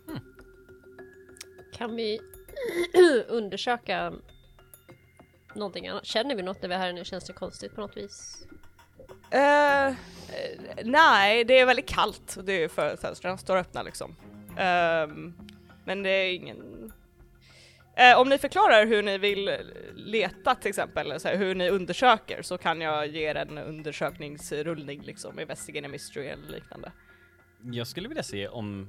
Kan vi undersöka någonting annat? Känner vi något när vi är här nu? Känns det konstigt på något vis? Uh, uh, nej, det är väldigt kallt och det är för fönstren står öppna liksom. Um, men det är ingen... Uh, om ni förklarar hur ni vill leta till exempel, så här, hur ni undersöker, så kan jag ge er en undersökningsrullning liksom, Investigate a Mystery eller liknande. Jag skulle vilja se om...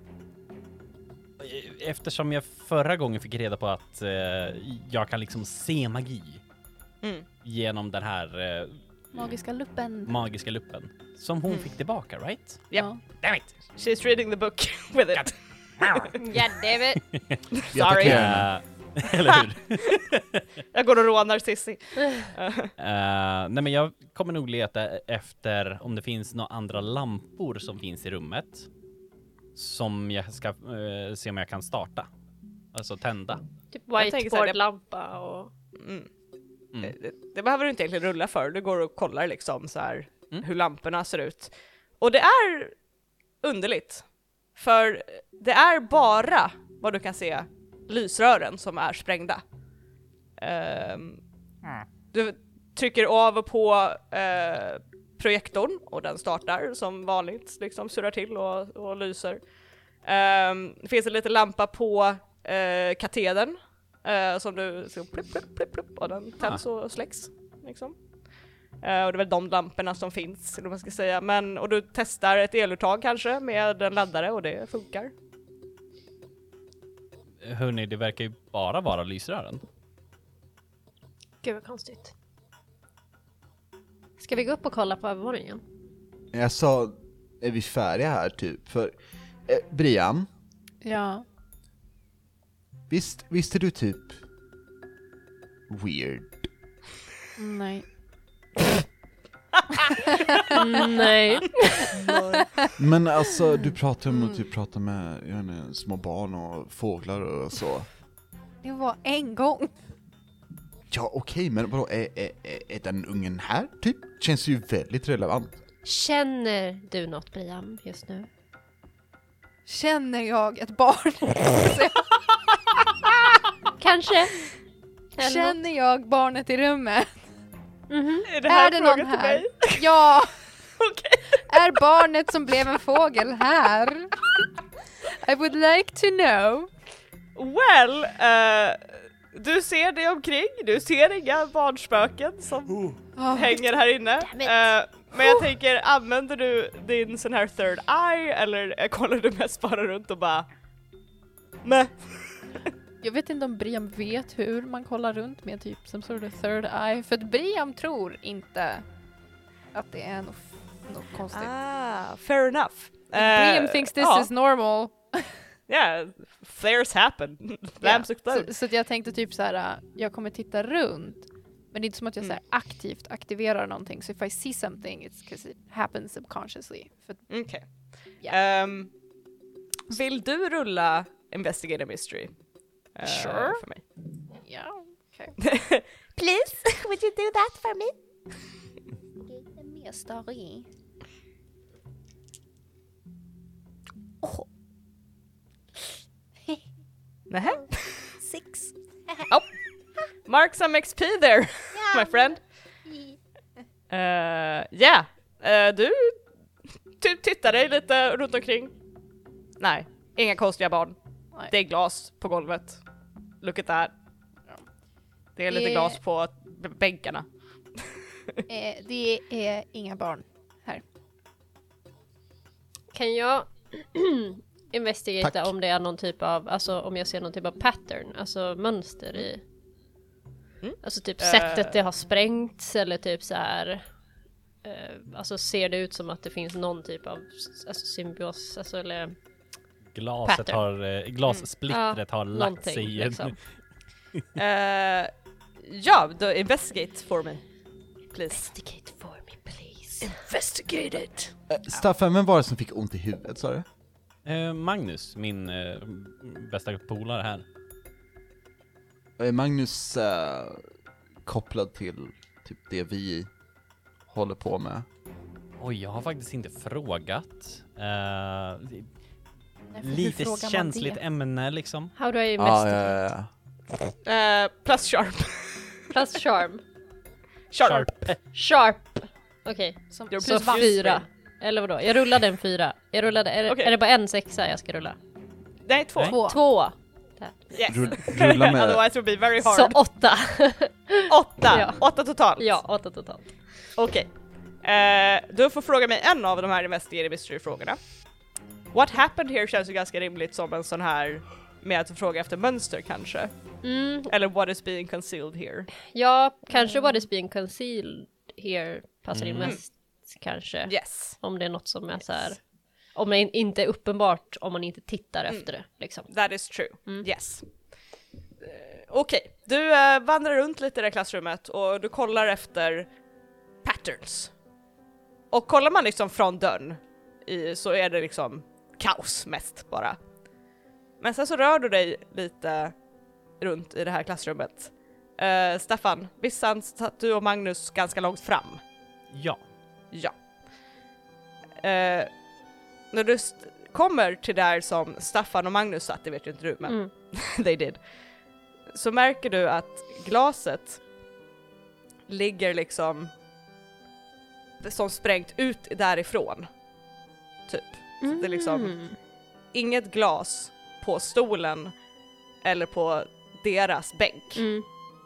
Eftersom jag förra gången fick reda på att eh, jag kan liksom se magi Mm. genom den här eh, Magiska luppen. magiska luppen som hon Mm. fick tillbaka, right? Yep. Ja. Damn it! She's reading the book with it. Ja, det är väl... Jag Sorry. attackerar. Eh, eller hur? Jag går och rånar Sissi. Eh, nej men jag kommer nog leta efter om det finns några andra lampor som finns i rummet som jag ska eh, se om jag kan starta. Alltså tända. Typ tänker så här, det- whiteboard-lampa och... Mm. Mm. Det, det behöver du inte egentligen rulla för. Du går och kollar liksom så här Mm. hur lamporna ser ut. Och det är underligt. För det är bara, vad du kan se, lysrören som är sprängda. Ehm, Du trycker av på eh, projektorn och den startar som vanligt, liksom surrar till och, och lyser. Ehm, det finns en liten lampa på eh, katedern eh, som du så plipp, plipp, plipp, plipp, och den tänds och släcks. Liksom. Eh, och det är väl de lamporna som finns, eller vad man ska säga. Men, och du testar ett eluttag kanske med en laddare och det funkar. Hörrni, det verkar ju bara vara lysrören. Gud vad konstigt. Ska vi gå upp och kolla på övervåningen? Jag sa, är vi färdiga här typ? För, eh, Brian, Ja. visst, visst är du typ weird? Nej. Mm, nej. Men alltså, du pratar om att typ prata med jag vet inte, små barn och fåglar och så. Det var en gång. Ja, okej, men vadå, är, är, är, är den ungen här typ? Känns ju väldigt relevant. Känner du något, Brian, just nu? Känner jag ett barn? Kanske. Eller Känner jag barnet i rummet? Mhm. Är det här Är det en fråga någon till här? mig? Ja. Okej. Är barnet som blev en fågel här? I would like to know. Well, eh, du ser dig omkring, du ser inga barnspöken som Oh. hänger här inne. Eh, men jag tänker, använder du din sån här third eye eller eh, kollar du mest bara runt och bara Meh. Jag vet inte om Briam vet hur man kollar runt med typ som sort of third eye. För att Briam tror inte att det är något, något konstigt. Ah, fair enough. Briam Eh, thinks this ja. is normal. Yeah, flares happen. Lamps explode. Så, så att jag tänkte typ så här, äh, jag kommer titta runt. Men det är inte som att jag så här, aktivt aktiverar någonting. Så if I see something, it's because it happens subconsciously. För, Okej. Ja. Um, vill du rulla Investigate a Mystery? Eh, Sure. För mig. ja, okej. Please, would you do that for me? Lite mer story. Nähä? Six. Mark some X P there, my friend. Uh, yeah, uh, du typ tittar dig lite runt omkring. Nej, inga konstiga barn. Nej. Det är glas på golvet. Look at that. Det är lite Det- glas på b- bänkarna. Eh, det är inga barn här. Kan jag investigata Tack. om det är någon typ av, alltså om jag ser någon typ av pattern, alltså mönster i, Mm. alltså typ Eh. sättet det har sprängts eller typ så här, eh, alltså ser det ut som att det finns någon typ av alltså symbios, alltså eller Glaset Pattern. har, eh, glassplittret har lagt någonting, sig i en... liksom. Uh, ja, då investigate for me. Please. Investigate for me please. Investigate it. Äh, Staffan, vem var det som fick ont i huvudet, sa du? Eh, Magnus, min eh, bästa polare här. Är Magnus äh, kopplad till typ det vi håller på med? Oj, jag har faktiskt inte frågat. Eh, Nej, för hur lite frågar man känsligt det? ämne liksom. How do I Ja, investigate? ja, ja. Uh, plus sharp. Plus charm. Sharp. Sharp. Okej, Som, You're så plus vass. fyra. Eller vadå? Jag rullade en fyra. Jag rullade, är, Okej. är det bara en sexa jag ska rulla? Nej, två. Nej. två. Två. Yes. Rull- rulla med- Otherwise it would be very hard. Så åtta. Åtta. Ja. Åtta totalt. Ja, åtta totalt. Okej. Eh, du får fråga mig en av de här Investigate Mystery-frågorna. What happened here känns ju ganska rimligt som en sån här med att fråga efter mönster kanske. Mm, Eller what is being concealed here. ja, kanske what is being concealed here passar in Mm. mest kanske. Yes. Om det är något som är Yes. så här, om det in- inte är uppenbart om man inte tittar Mm. efter det liksom. That is true. Mm. Yes. Eh, Okej, du eh, vandrar runt lite i det här klassrummet och du kollar efter patterns. Och kollar man liksom från dörren i, så är det liksom kaos mest bara. Men sen så rör du dig lite runt i det här klassrummet. Uh, Staffan, visst sant att du och Magnus ganska långt fram? Ja. Ja. Eh, när du st- kommer till där som Staffan och Magnus satt, det vet ju inte du, men Mm. they did. Så märker du att glaset ligger liksom som sprängt ut därifrån. Typ. Så det är liksom Mm. inget glas på stolen eller på deras bänk. Mm.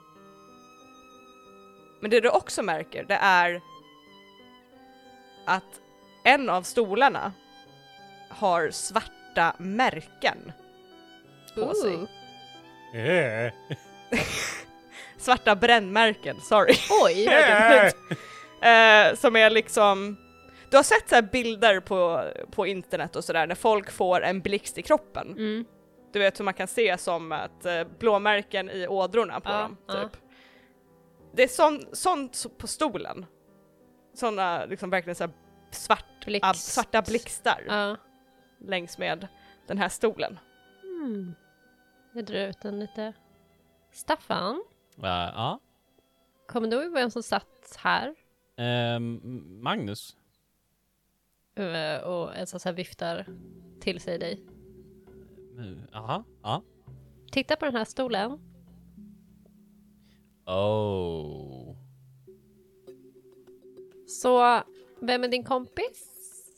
Men det du också märker, det är att en av stolarna har svarta märken på sig. Ooh. Eh. Svarta brännmärken, sorry. Oj! Jag vet inte. Eh, som är liksom... Du har sett så här bilder på, på internet och sådär när folk får en blixt i kroppen. Mm. Du vet hur man kan se som att eh, blåmärken i ådrorna på Ja, dem. ja. Typ. Det är sån, sånt på stolen. Såna liksom verkligen så här svart, Blixt. ab, svarta blixtar Ja. längs med den här stolen. Mm. Jag drar ut den lite. Staffan, Uh, ja. kommer du ihåg vem som satt här? Ehm, Magnus. Uh, och Elsa så här viftar till sig dig. Jaha, ja. Titta på den här stolen. Oh. Så, vem är din kompis?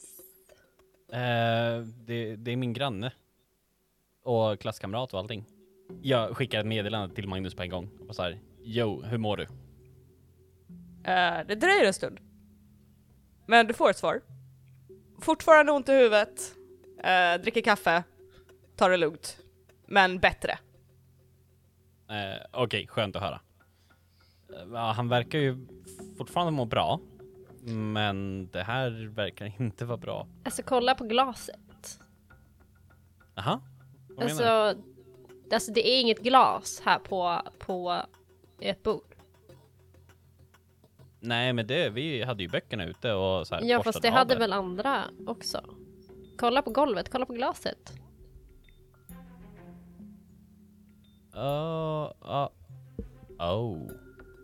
Eh, det, det är min granne. Och klasskamrat och allting. Jag skickar ett meddelande till Magnus på en gång. Och så här, yo, hur mår du? Eh, det dröjer en stund. Men du får ett svar. Fortfarande ont i huvudet. Eh, dricker kaffe. Tar det lugnt. Men bättre. Eh, Okej, okay, skönt att höra. Eh, ja, han verkar ju fortfarande må bra. Men det här verkar inte vara bra. Alltså kolla på glaset. Aha. Vad menar du? Alltså, alltså det är inget glas här på, på ett bord. Nej, men det, vi hade ju böckerna ute och så här Ja, borstade fast det av hade väl andra också. Kolla på golvet, kolla på glaset. Oh, oh. Oh.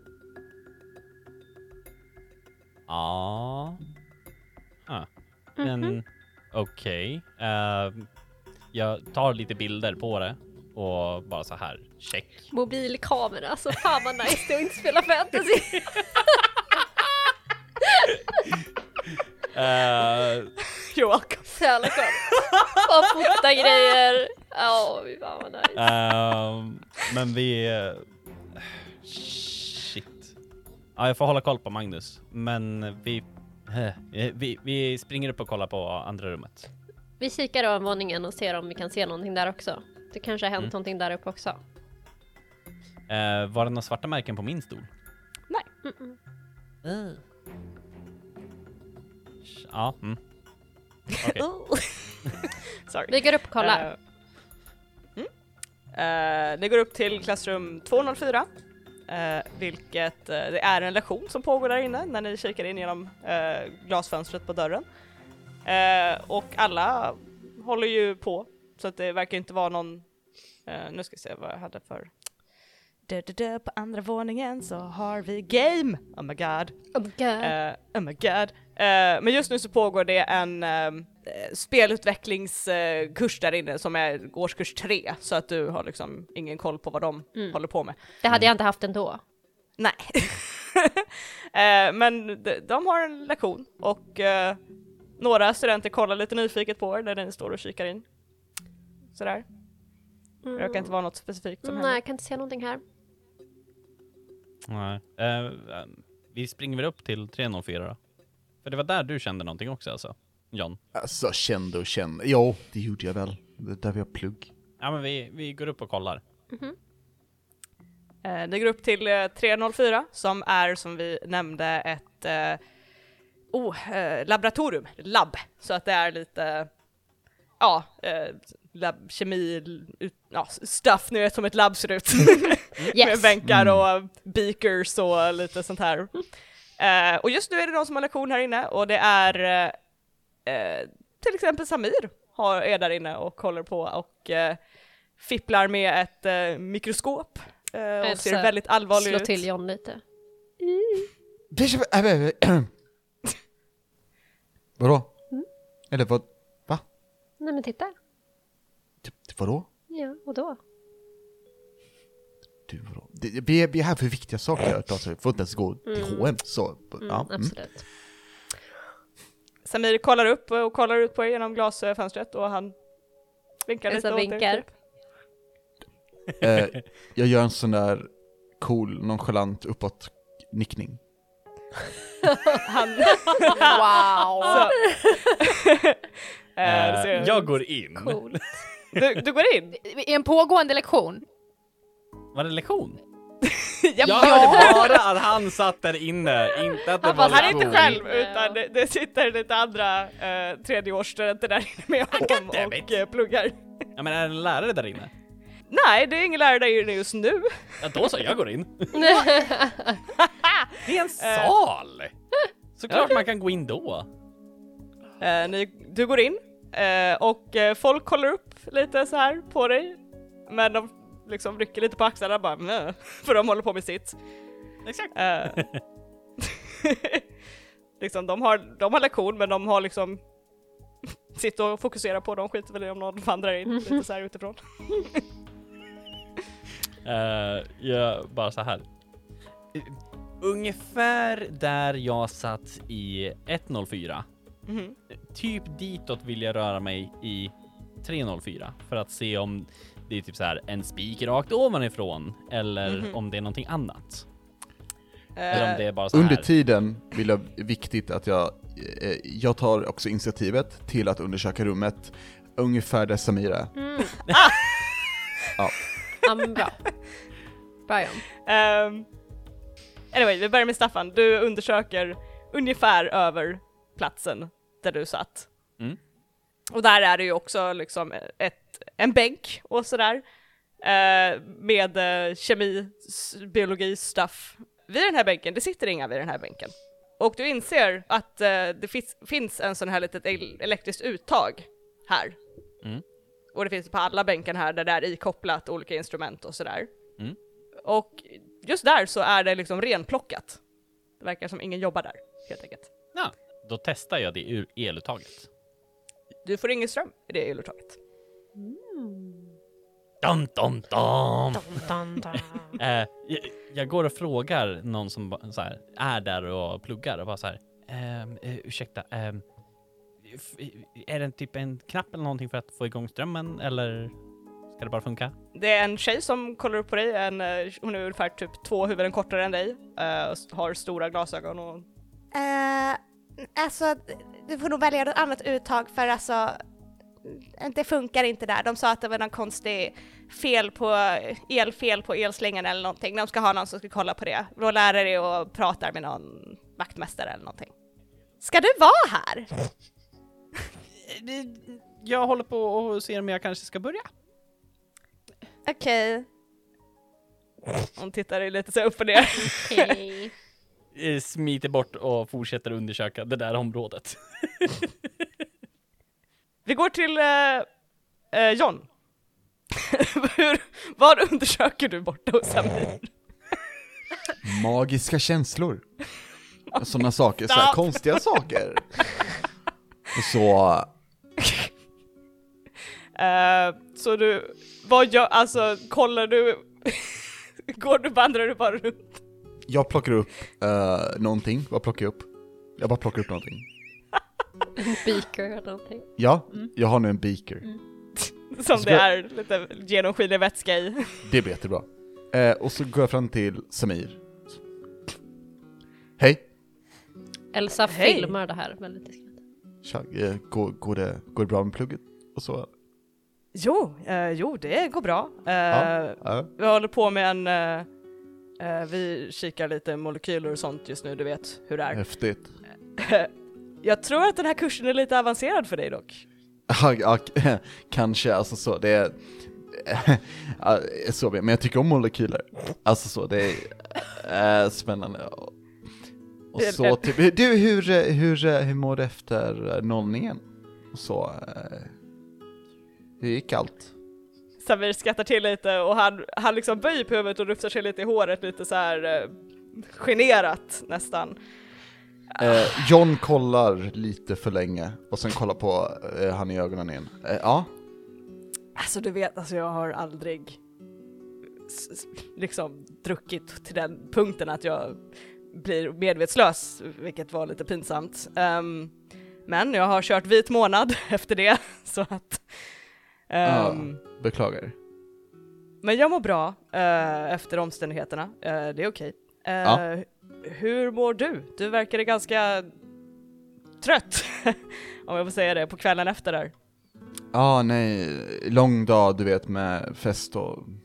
Ja. Ah. Men okej. Okay. Uh, jag tar lite bilder på det och bara så här, check. Mobilkamera, så fan vad nice det är att inte spela fantasy. Uh, You're welcome. Så jävla skönt. Och fota grejer. Ja, oh, fan vad nice. uh, men vi... Uh, shit. Ja, jag får hålla koll på Magnus. Men vi... Uh, vi, vi springer upp och kollar på andra rummet. Vi kikar över våningen och ser om vi kan se någonting där också. Det kanske har hänt Mm. någonting där uppe också. Uh, var det några svarta märken på min stol? Nej. Mm-mm. Uh. Ja, mm. Okej. Sorry. Vi går upp och kollar. Uh, mm. uh, det går upp till klassrum tvåhundrafyra. Uh, vilket uh, det är en lektion som pågår där inne när ni kikar in genom uh, glasfönstret på dörren. Uh, och alla håller ju på, så att det verkar inte vara någon... Uh, nu ska vi se vad jag hade för... Du, du, du, på andra våningen så har vi game! Oh my god. Oh my god. Uh, oh my god. Uh, men just nu så pågår det en uh, spelutvecklingskurs uh, där inne som är årskurs tre, så att du har liksom ingen koll på vad de Mm. håller på med. Det hade jag inte haft ändå. Nej. uh, men de, de har en lektion och uh, några studenter kollar lite nyfiket på er där ni står och kikar in. Sådär. Mm. Det kan inte vara något specifikt som Nej, händer. jag kan inte se någonting här. Nej. Uh, uh, vi springer väl upp till tre noll fyra då. För det var där du kände någonting också, alltså, John. Alltså, kände och kände. Jo, det gjorde jag väl. Det där vi har plugg. Ja, men vi, vi går upp och kollar. Mm-hmm. Uh, det går upp till uh, tre noll fyra som är, som vi nämnde, ett uh, oh, uh, laboratorium, labb. Så att det är lite, ja, uh, lab, kemi, ut, ja, stuff, nu vet som ett labb ser ut. Med Yes. bänkar Mm. och beakers och lite sånt här. Uh, och just nu är det de som har lektion här inne, och det är uh, till exempel Samir har, är där inne och håller på och uh, fipplar med ett uh, mikroskop uh, och Elsa ser väldigt allvarlig Slå ut. till John lite. Vadå? Mm. Eller vad? Va? Nej men titta. Typ, vadå? Ja, och då? Du, vadå? Det, vi, är, vi är här för viktiga saker. Alltså, vi får inte ens gå till Mm. H och M. Så, Mm, ja. Mm. absolut. Samir kollar upp och kollar ut på er genom glasfönstret och han vinkar Elsa lite åt er, vinkar. typ. Eh, jag gör en sån där cool, nonchalant uppåt nickning. Han... Wow! Så. Eh, Uh, ser- jag går in. Cool. du, du går in? I en pågående lektion. Var det lektion? Jag Jag hörde bara att han satt där inne, inte att det Han var bara, Han är lektion. inte själv, Ja. utan det, det sitter lite andra uh, tredjeårsstudenter där inne med honom damn och it. uh, pluggar. Ja, men är det en lärare där inne? Nej, det är ingen lärare där inne just nu. Ja, då så, jag går in. Det är en sal! Såklart man kan gå in då. Uh, ni, du går in uh, och uh, folk kollar upp lite så här på dig. Men de liksom rycker lite på axlarna bara, Nö, för de håller på med sitt. Exakt. Uh, liksom, de har, de har lektion, men de har liksom sitter och fokuserar på, de skiter väl i om någon vandrar in lite så här utifrån. Uh, jag bara så här. Uh, ungefär där jag satt i ett noll fyra. Mhm. Typ ditåt vill jag röra mig i tre noll fyra för att se om det är typ så här en spik rakt ovanifrån eller Mhm. om det är någonting annat. Uh, Eller om det är bara så här. Under tiden vill jag, viktigt att jag, eh, jag tar också initiativet till att undersöka rummet ungefär där Samir är. Mm. Ja. Ja, men bra. Bra John. Um, anyway, vi börjar med Staffan. Du undersöker ungefär över platsen där du satt. Mm. Och där är det ju också liksom ett, en bänk och sådär. Uh, med uh, kemi, s- biologi, stuff. Vid den här bänken, det sitter inga vid den här bänken. Och du inser att uh, det finns, finns en sån här litet el- elektriskt uttag här. Mm. Och det finns på alla bänkar här där det är ikopplat olika instrument och sådär. Mm. Och just där så är det liksom renplockat. Det verkar som ingen jobbar där, helt enkelt. Ja, då testar jag det ur eluttaget. Du får ingen ström i det eluttaget. Dum, dum, dum. Dun, dun, dun. Eh, jag, jag går och frågar någon som ba- så här, är där och pluggar och bara så här, ehm, eh, ursäkta, ehm, f- är det typ en knapp eller någonting för att få igång strömmen eller ska det bara funka? Det är en tjej som kollar upp på dig. En, eh, hon är ungefär typ två huvuden kortare än dig. eh, och har stora glasögon och... Uh, alltså, du får nog välja något annat uttag för alltså, det funkar inte där. De sa att det var någon konstig fel på, elfel på elslängan eller någonting. De ska ha någon som ska kolla på det. Vår lärare är och pratar med någon vaktmästare eller någonting. Ska du vara här? Jag håller på och ser om jag kanske ska börja. Okej. Hon tittar lite så upp och ner. Okej. Eh, Smiter bort och fortsätter undersöka det där området. Vi går till eh, eh, John. Hur, vad undersöker du borta hos Samir? Magiska känslor. Sådana saker, så här Stop. konstiga saker. Och så, Eh, så du, vad gör, alltså kollar du, går du, vandrar du bara runt? jag plockar upp uh, någonting. Vad plockar jag upp? Jag bara plockar upp någonting. En beaker eller någonting. Ja, jag har nu en beaker. Som Ska det jag- är lite genomskinlig vätska i. Det blir jättebra. Eh, och så går jag fram till Samir. Hej! Elsa Hej. filmar det här väldigt diskret. Tja, eh, går, går, det, går det bra med plugget? Och så, Jo, eh, jo det går bra. Eh, ja, ja. Vi håller på med en, eh, eh, vi kikar lite molekyler och sånt just nu, du vet hur det är. Häftigt. Jag tror att den här kursen är lite avancerad för dig dock. Ja, ja, kanske, alltså så, det är... ja, så, men jag tycker om molekyler. Alltså så, det är äh, spännande. Och så, typ, du, hur, hur, hur mår du efter nollningen? Och så, äh, hur gick allt? Samir skrattar till lite och han, han liksom böjer på huvudet och rufsar sig lite i håret, lite så här eh, generat nästan. Eh, John kollar lite för länge och sen kollar på eh, han i ögonen igen. Eh, ja, Alltså du vet, alltså jag har aldrig s- s- liksom druckit till den punkten att jag blir medvetslös, vilket var lite pinsamt. Ehm, men jag har kört vit månad efter det, så att... ehm, beklagar. Men jag mår bra eh, efter omständigheterna, Eh, det är okej. Eh, Ja. Hur mår du? Du verkar ganska trött, om jag får säga det, på kvällen efter där. Ja, ah, nej, lång dag du vet med fest och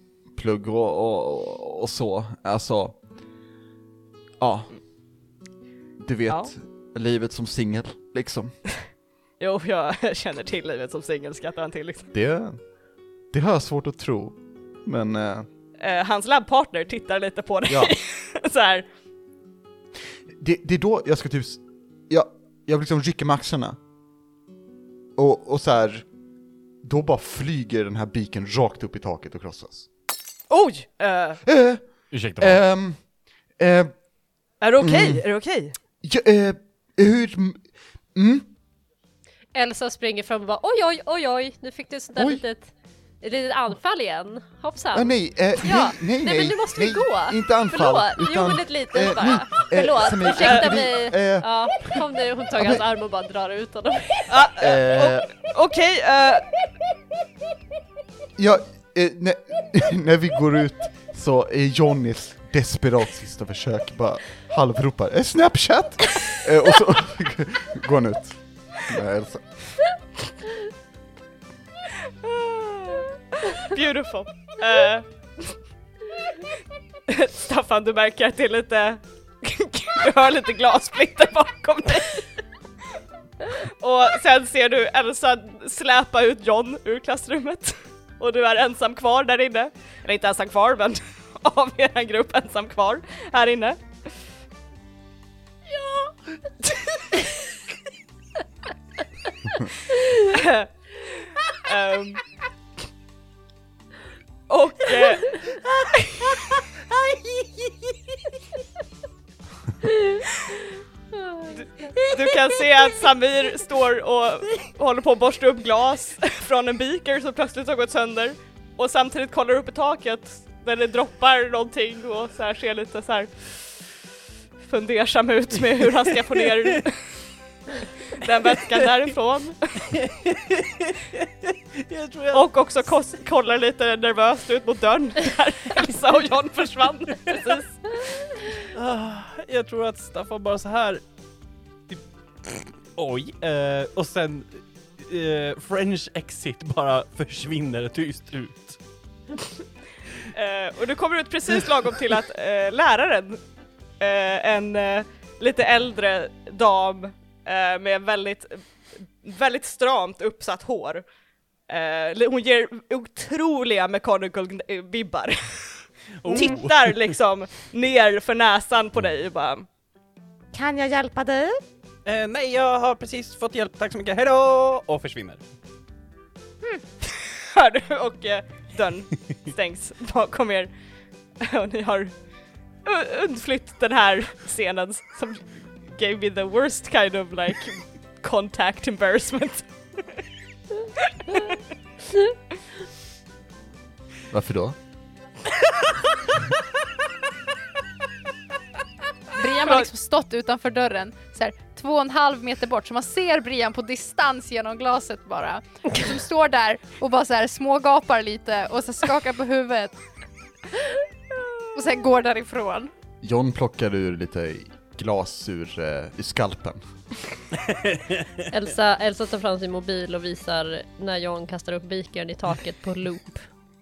plugg och, och, och så. Alltså, ja. Du vet, Ja. livet som singel, liksom. Jo, jag känner till livet som singel, skrattar han till liksom. Det, det har jag svårt att tro. Men, eh, Eh, hans labbpartner tittar lite på dig. ja. Så här. Det, det är då jag ska typ, jag, jag liksom rycker med axlarna. Och, och så här, då bara flyger den här biken rakt upp i taket och krossas. Oj! Eh, Eh, Ursäkta mig. ehm, eh, är du okej? Mm. Är du okej? ja, eh, hur, mm, Elsa springer fram och bara oj oj oj oj, nu fick du sånt där Oj. litet, litet anfall igen. Hoppsan. ah, nej, eh, Ja, nej, nej, nej, men nu måste vi nej, gå. inte anfall, Förlåt, utan, jo men ett litet eh, bara. nej, eh, Förlåt, Samir, ursäkta vi- mig. eh, Ja, kom nu, hon tar ja, hans men- arm och bara drar ut honom. Ah, Eh, Okej, eh, ja, eh, när, när vi går ut så är Johnnys desperat sista försök bara halvropar eh, Snapchat! eh, och så går han ut med Elsa. beautiful. Eh, Staffan, du märker att det är lite... du hör lite glassplitter bakom dig. Och sen ser du Elsa släpa ut John ur klassrummet. Och du är ensam kvar där inne. Eller inte ensam kvar, men av er grupp ensam kvar här inne. Ja! um, och... Eh, Du kan se att Samir står och håller på att borsta upp glas från en beaker som plötsligt har gått sönder. Och samtidigt kollar upp i taket där det droppar någonting och så här ser lite så här fundersam ut med hur han ska få ner den vätskan därifrån. Jag tror jag, Och också kos- kollar lite nervöst ut mot dörren där Elsa och John försvann. Precis. ah, jag tror att Staffan bara så här. Typ, oj. Eh, och sen eh, French exit bara försvinner tyst ut. Eh, och du kommer ut precis lagom till att eh, läraren, eh, en eh, lite äldre dam eh, med väldigt, väldigt stramt uppsatt hår. Eh, hon ger otroliga McGonagall-vibbar. Oh. Tittar liksom ner för näsan på dig och bara... Kan jag hjälpa dig? Eh, nej, jag har precis fått hjälp, tack så mycket, hejdå! Och försvinner. Hör du? Och eh, dörren stängs bakom er. Och ni har u- undflytt den här scenen som gave me the worst kind of like contact embarrassment. Varför då? Brian har liksom stått utanför dörren så här, två och en halv meter bort, så man ser Brian på distans genom glaset bara. Som står där och bara så här smågapar lite och så skakar på huvudet. Och sen går därifrån. John plockar ur lite glas ur, uh, ur skalpen. Elsa, Elsa tar fram sin mobil och visar när John kastar upp beakern i taket på loop.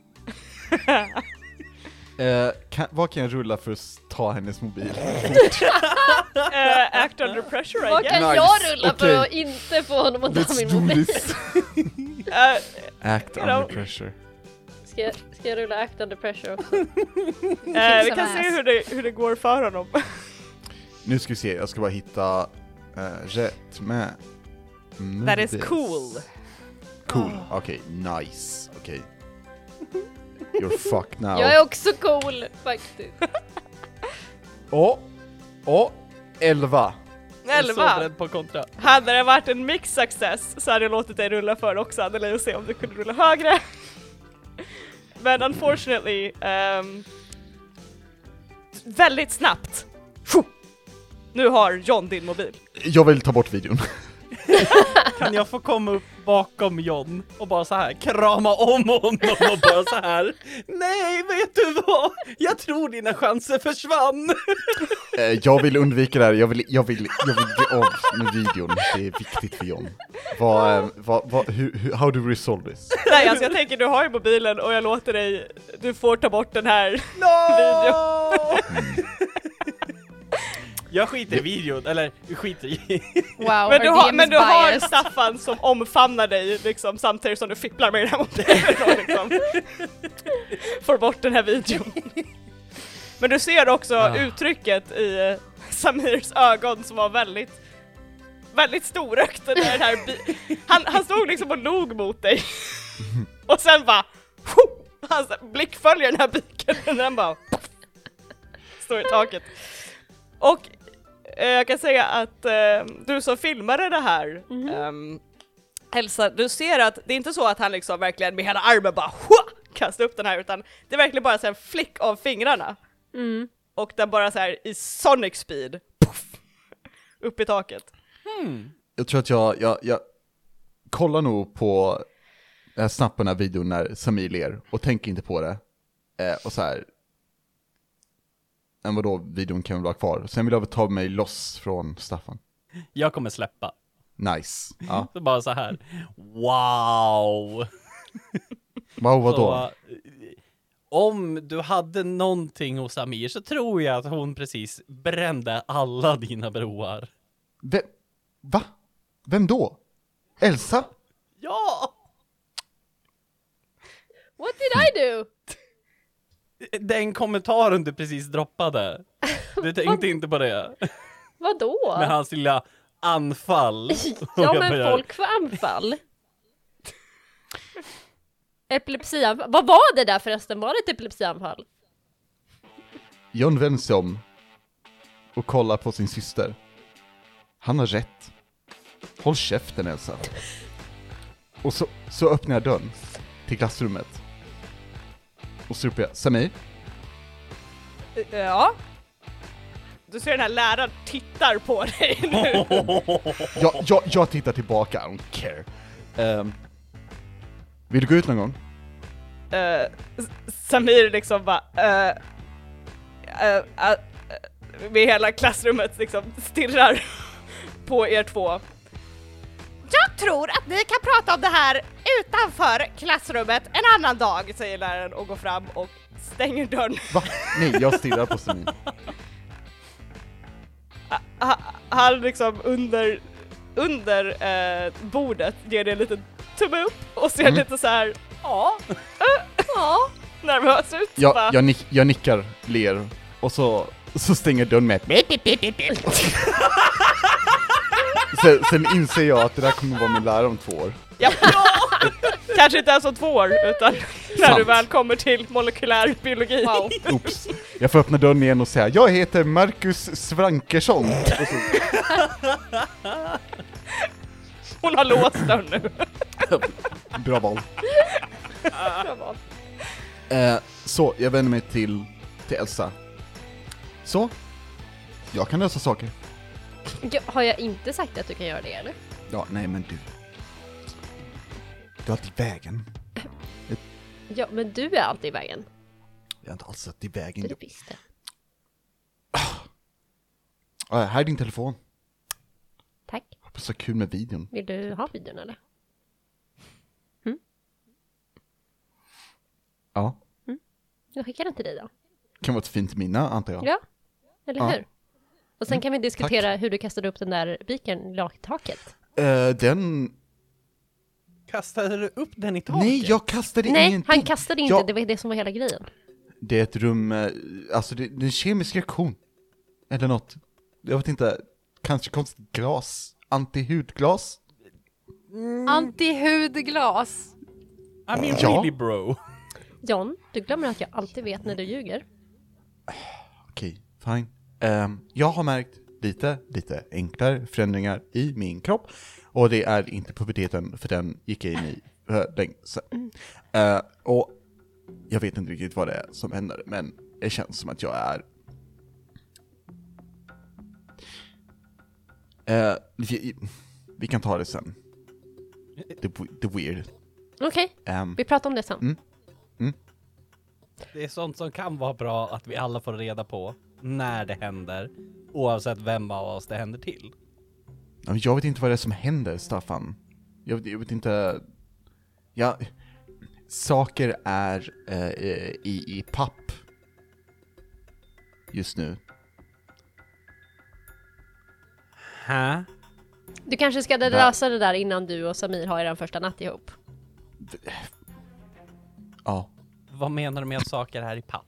Uh, kan, vad kan jag rulla för att ta hennes mobil? Uh, act under pressure, I Vad guess. kan Nice, jag rulla för okej. att inte få honom att ta Let's min do mobil? this! Uh, Act You know. under pressure. Ska jag, ska jag rulla act under pressure också? uh, vi kan se hur det, hur det går för honom. Nu ska vi se, jag ska bara hitta uh, rätt med That is movies. cool. Cool, okej, nice, okej. You're fucked now. Jag är också cool faktiskt. Åh, åh, elva. Jag är så elva. beredd på kontra. Hade det varit en mix success så hade jag låtit dig rulla för också, Anneli, och se om du kunde rulla högre. Men unfortunately, um, väldigt snabbt. Nu har John din mobil. Jag vill ta bort videon. Kan jag få komma upp bakom John och bara så här krama om honom och bara så här. Nej, vet du vad? Jag tror dina chanser försvann. Eh, jag vill undvika det här, jag vill, jag vill, jag vill bli av med videon. Det är viktigt för John. vad, vad, vad, hur, hur, how do we resolve this? Nej, alltså jag tänker, du har ju mobilen och jag låter dig, du får ta bort den här videon. Jag skiter i videon, eller skiter i... Wow, Men du har, men du har biased. Staffan som omfamnar dig liksom, samtidigt som du fipplar med den här mobilen och liksom får bort den här videon. Men du ser också Ah. uttrycket i eh, Samirs ögon som var väldigt väldigt storögt när den här bi- han, han stod liksom och log mot dig. Och sen bara hans blick följer den här biken och den bara står i taket. Och eh, jag kan säga att eh, du som filmade det här Mm-hmm. ehm, Elsa, du ser att det är inte så att han liksom verkligen med hela armen bara hua, kastar upp den här, utan det är verkligen bara så en flick av fingrarna. Mm. Och den bara så här i sonic speed puff, upp i taket. Hmm. Jag tror att jag, jag, jag kollar nog på äh, snabbt på den här videon när Samir ler och tänker inte på det. Eh, och så här. Men vadå, videon kan väl vara kvar. Sen vill jag väl ta mig loss från Staffan. Jag kommer släppa. Nice. Ja. Så bara så här. Wow! Wow, vadå? Så, eh, om du hade någonting hos Amir så tror jag att hon precis brände alla dina broar. Vem, va? Vem då? Elsa? Ja! What did I do? Den kommentaren du precis droppade. Du tänkte inte på det. Vadå? Med hans lilla anfall. Ja, Jag men börjar- folk får anfall. Epilepsianfall. Vad var det där förresten? Var det ett epilepsianfall? John vänder sig om och kollar på sin syster. Han har rätt. Håll käften, Elsa. Och så, så öppnar jag dörren till klassrummet. Och så ropar jag, Samir? Ja. Du ser den här läraren tittar på dig nu. Jag, jag, jag tittar tillbaka, I don't care. Um, vill du gå ut någon gång? Uh, Samir liksom bara uh, uh, uh, med hela klassrummet liksom stirrar på er två. Jag tror att ni kan prata om det här utanför klassrummet en annan dag, säger läraren och går fram och stänger dörren. Va? Nej, jag stirrar på Samir. Ha, han liksom under under uh, bordet ger det en liten tumme upp och ser Mm. lite så här ja, Ja. nervös ut. Jag, Bara, jag, nick, jag nickar, ler och så, så stänger dörren med ett sen, sen inser jag att det där kommer vara min lärare om två år. ja. Kanske inte ens om två år, utan när Sant. du väl kommer till molekylär biologi. Wow. Oops. Jag får öppna dörren igen och säga, jag heter Marcus Svankersson. Och så, Hon har låst dörren nu. bra val. Eh, så, jag vänder mig till, till Elsa. Så, jag kan lösa saker. Ja, har jag inte sagt att du kan göra det, eller? Ja, nej men du. Du är alltid i vägen. Ja, men du är alltid i vägen. Jag har inte alls satt i vägen. Det är det visst det. Ah, här är din telefon. Tack. Hoppas så kul med videon. Vill du ha videon, eller? Ja, Jag skickar den till dig då. kan vara ett fint minne antar jag. Ja, eller Ja. hur? Och sen kan vi diskutera hur du kastade upp den där biken i laktaket. Eh, den... Kastade du upp den i taket? Nej, jag kastade Nej, ingenting. han kastade inte. Ja. Det var det som var hela grejen. Det är ett rum, eh, alltså det, det är en kemisk reaktion. Eller något. Jag vet inte, kanske konstigt glas. Antihudglas. Antihudglas. I mean Ja. really bro. John, du glömmer att jag alltid vet när du ljuger. Okej, fine. Ehm, jag har märkt lite, lite enklare förändringar i min kropp. Och det är inte puberteten, för den gick jag in i för länge sedan. Eh, och jag vet inte riktigt vad det är som händer, men det känns som att jag är... Eh, vi, vi kan ta det sen. Det, det är weird. Okej, Ehm, vi pratar om det sen. Mm. Det är sånt som kan vara bra att vi alla får reda på när det händer, oavsett vem av oss det händer till. ja, men jag vet inte vad det är som händer, Staffan. Jag, jag vet inte... Ja, saker är eh, i, i papp just nu. Hä? Du kanske ska lösa det där innan du och Samir har er första natt ihop. Ja. Vad menar du med att saker är i papp?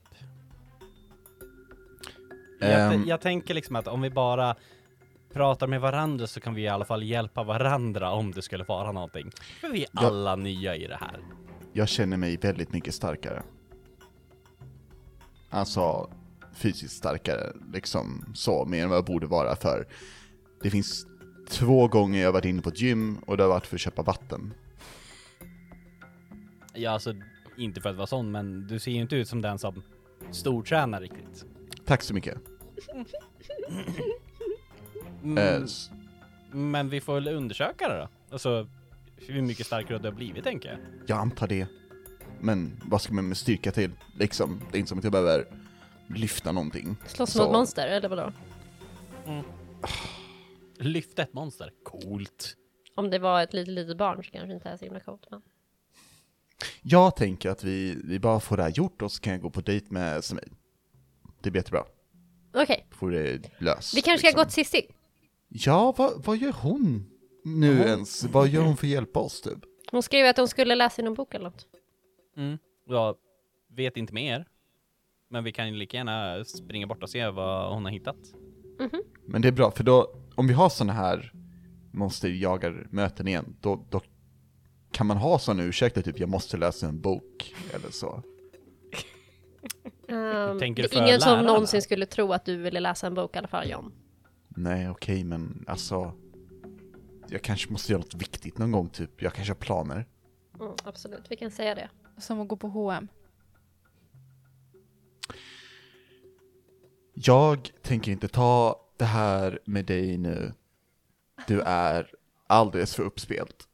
Jag, Um, jag tänker liksom att om vi bara pratar med varandra så kan vi i alla fall hjälpa varandra om det skulle vara någonting. För vi är Ja. alla nya i det här. jag känner mig väldigt mycket starkare. Alltså fysiskt starkare, liksom så, mer än vad jag borde vara, för det finns två gånger jag har varit inne på ett gym och det har varit för att köpa vatten. Ja, alltså inte för att vara sån, men du ser ju inte ut som den som stortränar riktigt. Tack så mycket. Mm, Eh, s- men vi får väl undersöka det då. Alltså hur mycket starkare du har blivit, tänker jag. jag antar det. Men vad ska man med styrka till? Liksom, det är inte som att jag behöver lyfta någonting. Slåss Så- mot monster, eller vadå? Lyfta ett monster. Coolt. Om det var ett litet, litet barn så kanske inte är så himla coolt. Men... Jag tänker att vi, vi bara får det här gjort och så kan jag gå på dejt med Samir. Det blir jättebra. Okej, Får det löst. vi kanske ska liksom. gå till Sissi. Ja, vad, vad gör hon nu ens? Vad gör hon för att hjälpa oss typ? Hon skrev att hon skulle läsa i någon bok eller något. Mm. Jag vet inte mer. Men vi kan ju lika gärna springa bort och se vad hon har hittat. Men det är bra, för då, om vi har såna här monsterjagarmöten igen, då, då kan man ha såna ursäkter, typ jag måste läsa en bok, eller så. Um, Tänker det du är för ingen som lärarna? någonsin skulle tro att du ville läsa en bok i alla fall, John. Nej, okej, men alltså, jag kanske måste göra något viktigt någon gång, typ. Jag kanske har planer. Mm, absolut, vi kan säga det. Som att gå på H och M. Jag tänker inte ta det här med dig nu. Du är alldeles för uppspelt.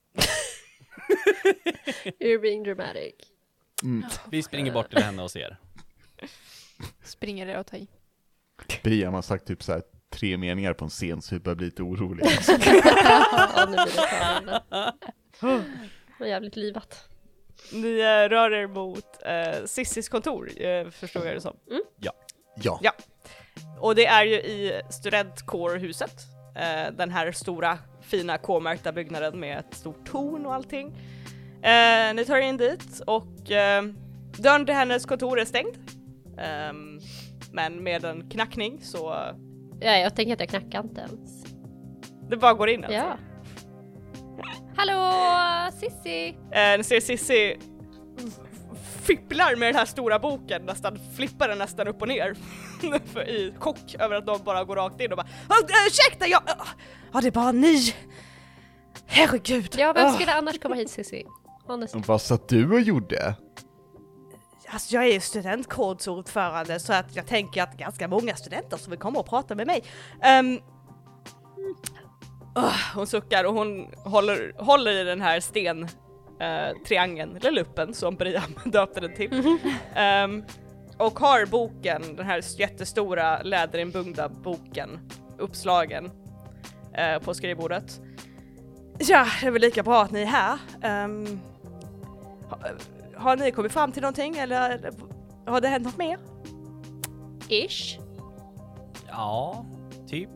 You're being dramatic. Vi springer bort till henne och ser. Springer det och tar i. Brian har sagt typ så här tre meningar på en scen, så jag börjar bli lite orolig. Ja, nu blir det farande. Det var jävligt livat. Ni äh, rör er mot äh, Sissis kontor, äh, förstår jag det som. Ja. Ja. Och det är ju i studentkårhuset. Eh, den här stora, fina K-märkta byggnaden med ett stort torn och allting. Eh, ni tar er in dit och eh, dörren till hennes kontor är stängd. Eh, men med en knackning så Ja, jag tänker att jag knackar inte ens. det bara går in alltså. Ja. Hallå, Sissi! Eh, ni ser Sissi fipplar med den här stora boken, nästan flippar den nästan upp och ner för i chock över att de bara går rakt in och bara "Ah, ursäkta, jag, ja det är bara ni, herregud." Ja, vem Ah. skulle annars komma hit, Sissi? Honestly. Vad sa du och gjorde? Alltså jag är ju studentkårsordförande så att jag tänker att ganska många studenter som vill komma och prata med mig. Um, uh, hon suckar och hon håller, håller i den här sten uh, triangeln, eller luppen som Brian döpte den till. Um, och har boken, den här jättestora läderinbundna boken uppslagen uh, på skrivbordet. Ja, det är väl lika bra att ni är här. Um, Har ni kommit fram till någonting eller, eller har det hänt något mer? Ish. Ja, typ.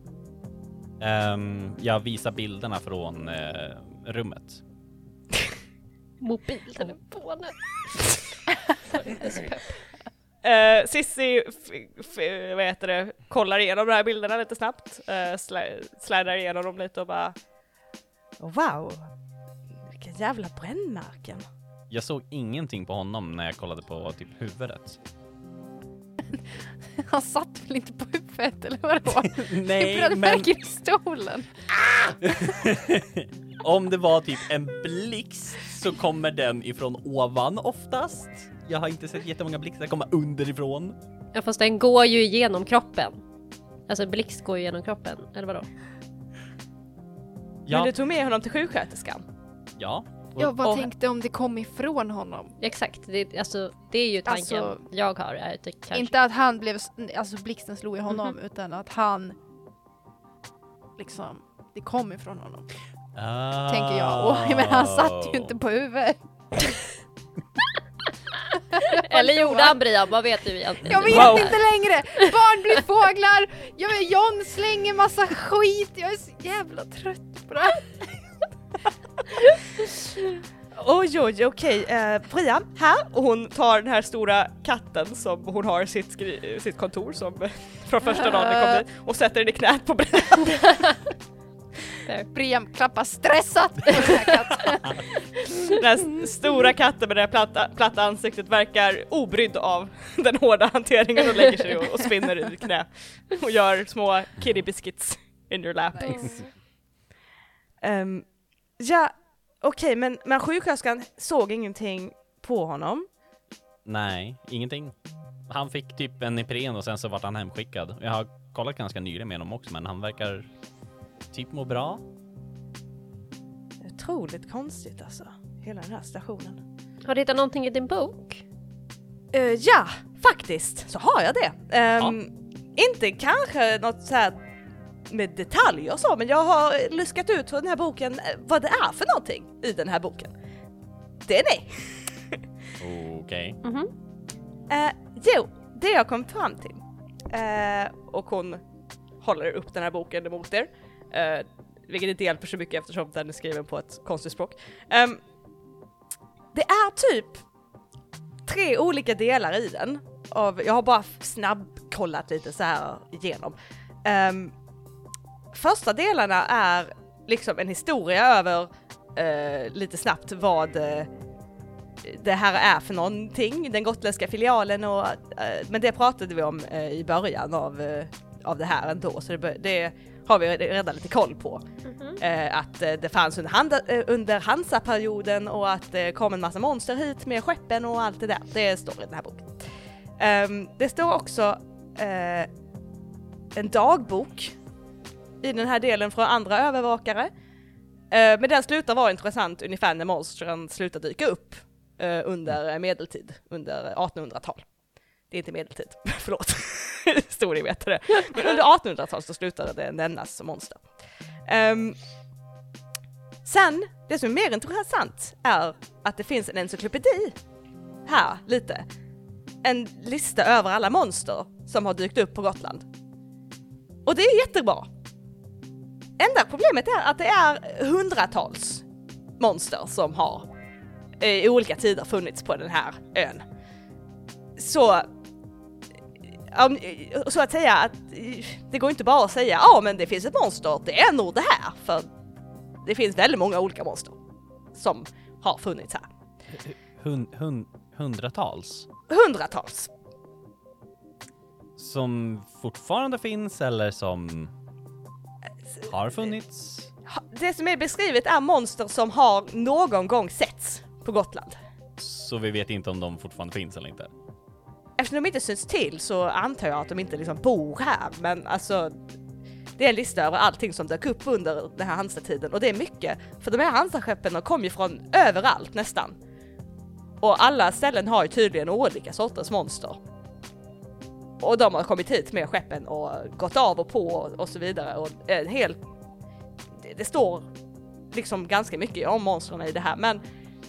Um, jag visar bilderna från uh, rummet. Mobiltelefonen. Sorry, det är så pepp. Uh, Sissi f- f- vad heter det, kollar igenom de här bilderna lite snabbt. Uh, sla- sladdar igenom dem lite och bara oh, wow, vilka jävla brännmärken. Jag såg ingenting på honom när jag kollade på typ huvudet. Han satt väl inte på huvudet, eller vadå? Det Nej, brände men märken i stolen. om det var typ en blixt så kommer den ifrån ovan oftast. Jag har inte sett jättemånga blixtar komma underifrån. Ja, fast den går ju igenom kroppen. Alltså en blixt går ju igenom kroppen, eller vadå? Men Ja, du tog med honom till sjuksköterskan. ja. Jag bara och- tänkte om det kom ifrån honom. Exakt, det, alltså, det är ju tanken Alltså, jag har. Är att det kanske... Inte att han blev, alltså blixten slog i honom, Mhm. utan att han liksom, det kom ifrån honom. Ah. tänker jag. Och men han satt ju inte på huvudet. Eller gjorde han Brian? Vad vet du egentligen? Jag vet Wow. inte längre. Barn blir fåglar. Jag vet, John slänger massa skit. Jag är så jävla trött på det. Oj, oj, okej. Eh, Priya, här. Och hon tar den här stora katten som hon har i sitt, skri- sitt kontor som från första dagen den kom dit och sätter den i knät på Brian. Brian klappar stressat på den här katten. Den här stora katten med det här platta, platta ansiktet verkar obrydd av den hårda hanteringen och lägger sig och, och spinner i knä och gör små kitty biscuits in your lap. Nice. Um, ja, okej, okay, men, men sjuksköterskan såg ingenting på honom. Nej, ingenting. Han fick typ en Ipren och sen så vart han hemskickad. Jag har kollat ganska nyligen med honom också, men han verkar typ må bra. Otroligt konstigt alltså, hela den här stationen. Har du hittat någonting i din bok? Uh, ja, faktiskt så har jag det. Um, ja. Inte kanske något så här med detaljer och så, men jag har luskat ut för den här boken vad det är för någonting i den här boken. Det är nej. Okej. Okay. Mm-hmm. Uh, jo, det jag kom fram till. Uh, och hon håller upp den här boken emot er. Uh, vilket inte hjälper så mycket eftersom den är skriven på ett konstigt språk. Um, det är typ tre olika delar i den. Av, jag har bara snabbkollat lite så här igenom. Um, första delarna är liksom en historia över uh, lite snabbt vad uh, det här är för någonting. Den gotländska filialen och uh, men det pratade vi om uh, i början av, uh, av det här ändå. Så det, det har vi redan lite koll på. Mm-hmm. Uh, att uh, det fanns under, hand, uh, under Hansa-perioden och att det uh, kom en massa monster hit med skeppen och allt det där. Det står i den här boken. Um, det står också uh, en dagbok i den här delen från andra övervakare. Uh, men den slutar vara intressant ungefär när monstren slutar dyka upp uh, under medeltid, under artonhundratal. Det är inte medeltid, förlåt. Historievetare. Men under artonhundratal så slutade det nämnas som monster. Um, sen, det som är mer intressant är att det finns en encyklopedi här lite. En lista över alla monster som har dykt upp på Gotland. Och det är jättebra. Enda problemet är att det är hundratals monster som har i olika tider funnits på den här ön. Så så att säga att det går inte bara att säga ja, men det finns ett monster, det är nog det här, för det finns väldigt många olika monster som har funnits här. Hund, hund, hundratals? Hundratals. Som fortfarande finns eller som har funnits? Det som är beskrivet är monster som har någon gång setts på Gotland. Så vi vet inte om de fortfarande finns eller inte? Eftersom de inte syns till så antar jag att de inte liksom bor här, men alltså det är en lista över allting som dök upp under den här Hansa-tiden, och det är mycket, för de här Hansa-skeppen kom ju från överallt nästan. Och alla ställen har ju tydligen olika sorters monster. Och de har kommit hit med skeppen och gått av och på och, och så vidare, och en hel det, det står liksom ganska mycket om monstren i det här, men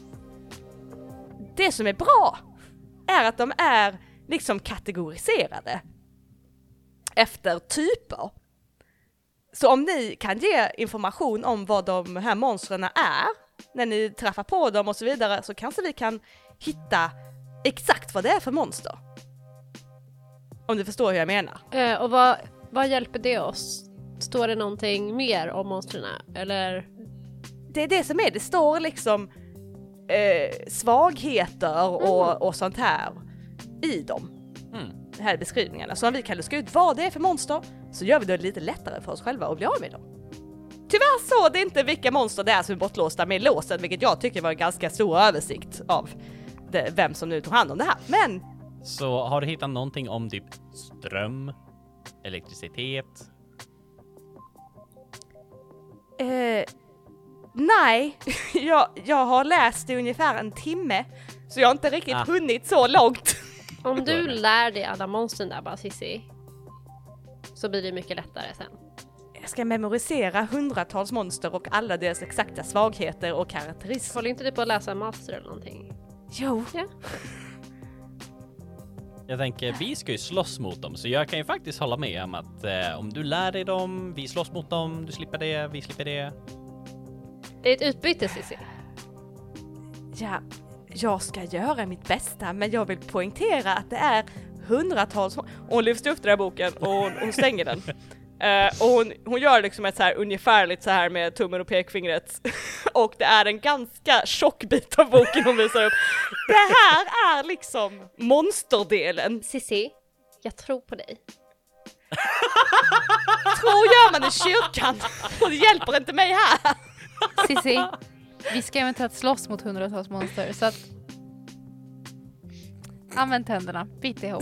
det som är bra är att de är liksom kategoriserade efter typer. Så om ni kan ge information om vad de här monstren är när ni träffar på dem och så vidare, så kanske vi kan hitta exakt vad det är för monster. Om du förstår hur jag menar. Eh, och vad, vad hjälper det oss? Står det någonting mer om monstren? Eller? Det är det som är, det står liksom eh, svagheter och, Mm. och sånt här i dem. Mm. De här beskrivningarna. Så om vi kan luska ut vad det är för monster, så gör vi det lite lättare för oss själva att bli av med dem. Tyvärr så det är inte vilka monster det är som är bortlåsta med låsen, vilket jag tycker var en ganska stor översikt av det, vem som nu tog hand om det här. Men Så har du hittat någonting om typ ström, elektricitet? eh, nej, jag, jag har läst i ungefär en timme, så jag har inte riktigt Ah. hunnit så långt. Om du lär dig alla monstren där bara, Sissi, så blir det mycket lättare sen. Jag ska memorisera hundratals monster och alla deras exakta svagheter och karaktäristik. Håller inte du på att läsa en master eller någonting? Jo. Ja. Jag tänker, vi ska ju slåss mot dem, så jag kan ju faktiskt hålla med om att eh, om du lär dig dem, vi slåss mot dem, du slipper det, vi slipper det. Det är ett utbyte, Cissi. Ja, jag ska göra mitt bästa, men jag vill poängtera att det är hundratals... Och hon lyfter upp den här boken och hon, hon stänger den. Uh, och hon, hon gör liksom ett så här ungefärligt så här med tummen och pekfingret. Och det är en ganska tjock bit av boken hon visar upp. Det här är liksom monsterdelen. Cissi, jag tror på dig. Tror gör man i kyrkan. Och det hjälper inte mig här. Cissi, vi ska eventuellt slåss mot hundratals monster, så att använd tänderna, bit ihop.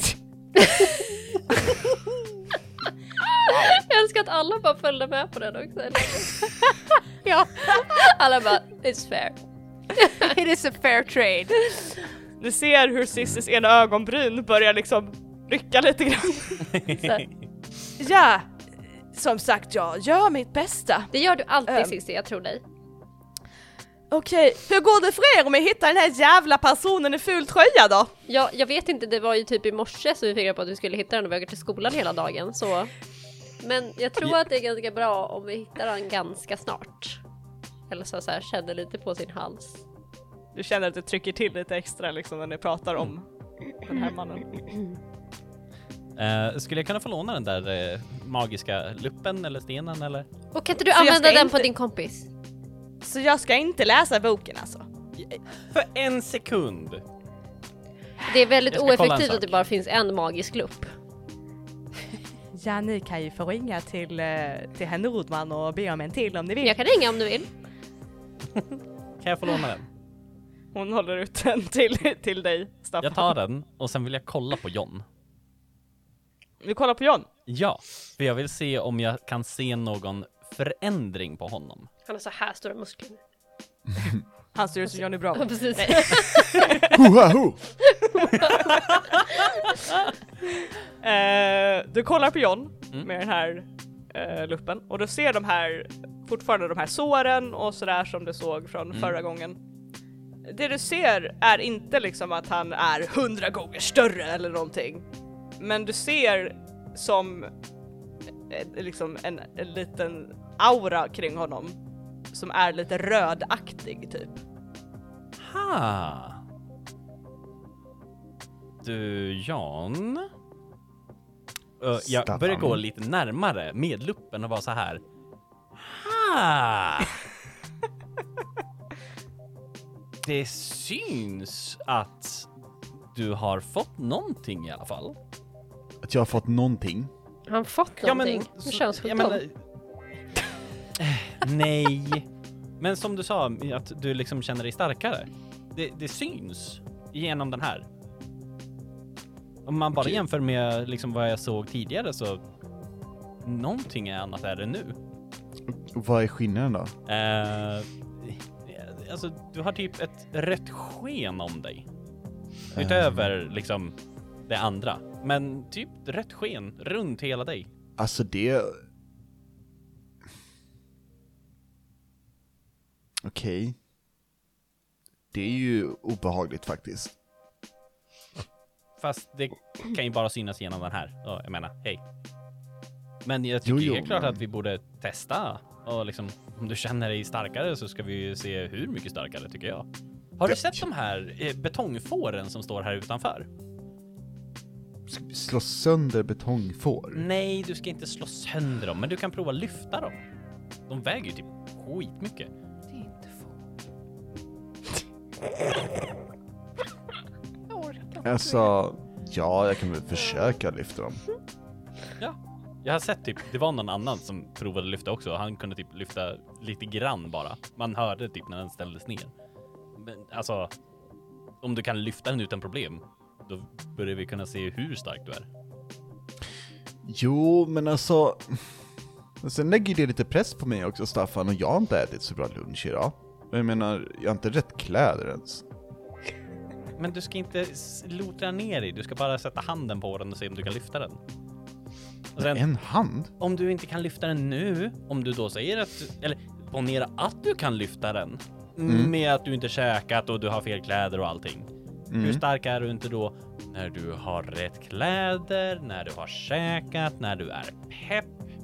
Jag älskar att alla bara följde med på den också. Ja, Alla bara, it's fair. it is a fair trade. Du ser hur Cissis ena ögonbryn börjar liksom rycka lite grann. Så, Ja, som sagt, jag gör mitt bästa. det gör du alltid, Ähm. Cissi, jag tror dig. Okej, hur går det för er om jag hittar den här jävla personen i ful tröja då? Ja, jag vet inte, det var ju typ i morse så vi fick reda på att vi skulle hitta den och vi har gått till skolan hela dagen, så... Men jag tror Ja. att det är ganska bra om vi hittar den ganska snart. Eller så, så här, känner lite på sin hals. Du känner att det trycker till lite extra liksom när ni pratar om den här mannen. Uh, skulle jag kunna få låna den där uh, magiska luppen eller stenen eller? Och kan inte du Så jag använda ska den inte- på din kompis? Så jag ska inte läsa boken alltså? För en sekund! Det är väldigt Jag ska kolla en oeffektivt sak. att det bara finns en magisk lupp. Ja, ni kan ju få ringa till, eh, till herr Nordman och be om en till om ni vill. Jag kan ringa om du vill. Kan jag få låna den? Hon håller ut den till, till dig, Staffan. Jag tar den och sen vill jag kolla på John. Vi kollar på John. Ja, för jag vill se om jag kan se någon förändring på honom. Han har så här stora muskler. Han ser ut som Johnny Bravo. Precis. Huahu! Eh, du kollar på John Mm. med den här eh, luppen och du ser de här, fortfarande de här såren och sådär som du såg från Mm. förra gången. Det du ser är inte liksom att han är hundra gånger större eller någonting. Men du ser som eh, liksom en, en liten aura kring honom som är lite rödaktig typ. Ha! Du, John? Uh, jag Staffan. börjar gå lite närmare med luppen och vara så här. Ha! Det syns att du har fått någonting i alla fall. Att jag har fått någonting. Har han fått någonting? Ja, Könssjukdom? jag menar- Nej. Men som du sa, att du liksom känner dig starkare. Det, det syns genom den här. Om man bara Okej. jämför med liksom vad jag såg tidigare så någonting annat är det nu. Och vad är skillnaden då? Eh, alltså, du har typ ett rött sken om dig. Utöver liksom det andra. Men typ rött sken runt hela dig. Alltså det... Okej. Det är ju obehagligt faktiskt. Fast det kan ju bara synas genom den här. Så, jag menar, hej. Men jag tycker Jo, jo, helt klart men- att vi borde testa. Och liksom, om du känner dig starkare så ska vi ju se hur mycket starkare, tycker jag. Har du Ja. sett de här eh, betongfåren som står här utanför? Ska vi slå sönder betongfår? Nej, du ska inte slå sönder dem, men du kan prova lyfta dem. De väger ju typ skitmycket. Det är inte få. Jag orkar inte. Alltså, ja, jag kan väl försöka lyfta dem. Ja. Jag har sett typ, det var någon annan som provade lyfta också. Och han kunde typ lyfta lite grann bara. Man hörde typ när den ställdes ner. Men alltså, om du kan lyfta den utan problem, då börjar vi kunna se hur stark du är. Jo, men alltså... Sen lägger det lite press på mig också, Staffan. Och jag har inte ätit så bra lunch idag. Jag menar, jag har inte rätt kläder ens. Men du ska inte lotra ner dig. Du ska bara sätta handen på den och se om du kan lyfta den. Och sen, En hand? om du inte kan lyfta den nu, om du då säger att du, eller ponera att du kan lyfta den Mm. med att du inte käkat och du har fel kläder och allting. Mm. Hur stark är du inte då när du har rätt kläder, när du har käkat, när du är pepp?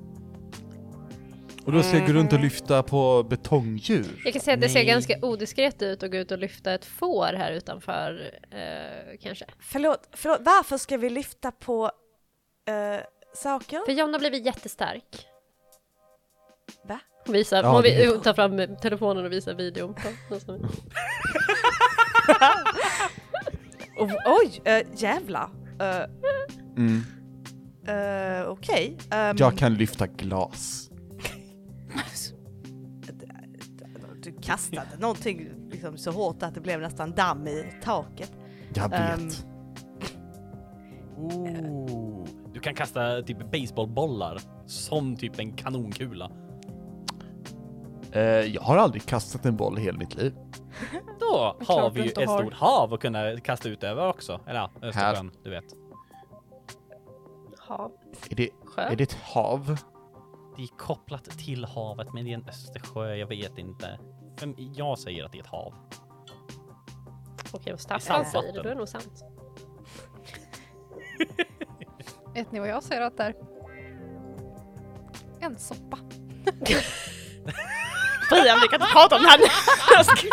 Och då ska jag gå runt och lyfta på betongdjur. Jag kan säga att det ser Nej. ganska odiskret ut att gå ut och lyfta ett får här utanför, eh, kanske. Förlåt, förlåt, varför ska vi lyfta på eh, saker? För John har blivit jättestark. Va? Hon visar, Ja, hon, det vi, är- hon tar fram telefonen och visar videon på. Oh, oj, uh, jävlar. Uh, Mm. uh, Okej. Um, Jag kan lyfta glas. Du kastade någonting liksom så hårt att det blev nästan damm i taket. Jag vet. Um, Ooh. Du kan kasta typ baseballbollar som typ en kanonkula. Eh, jag har aldrig kastat en boll i hela mitt liv. Då är har klart vi du ju inte ett har. stort hav att kunna kasta ut över också. Eller ja, Östersjön, du vet. Hav. Är det, Sjö. är det ett hav? Det är kopplat till havet, men det är en Östersjö, jag vet inte. Men jag säger att det är ett hav. Okej, vad Staffan Det är säger det, vatten. då är det nog sant. Vet ni vad jag säger att det är? En soppa. Brian, vi kan inte prata om det här nu. Jag ska-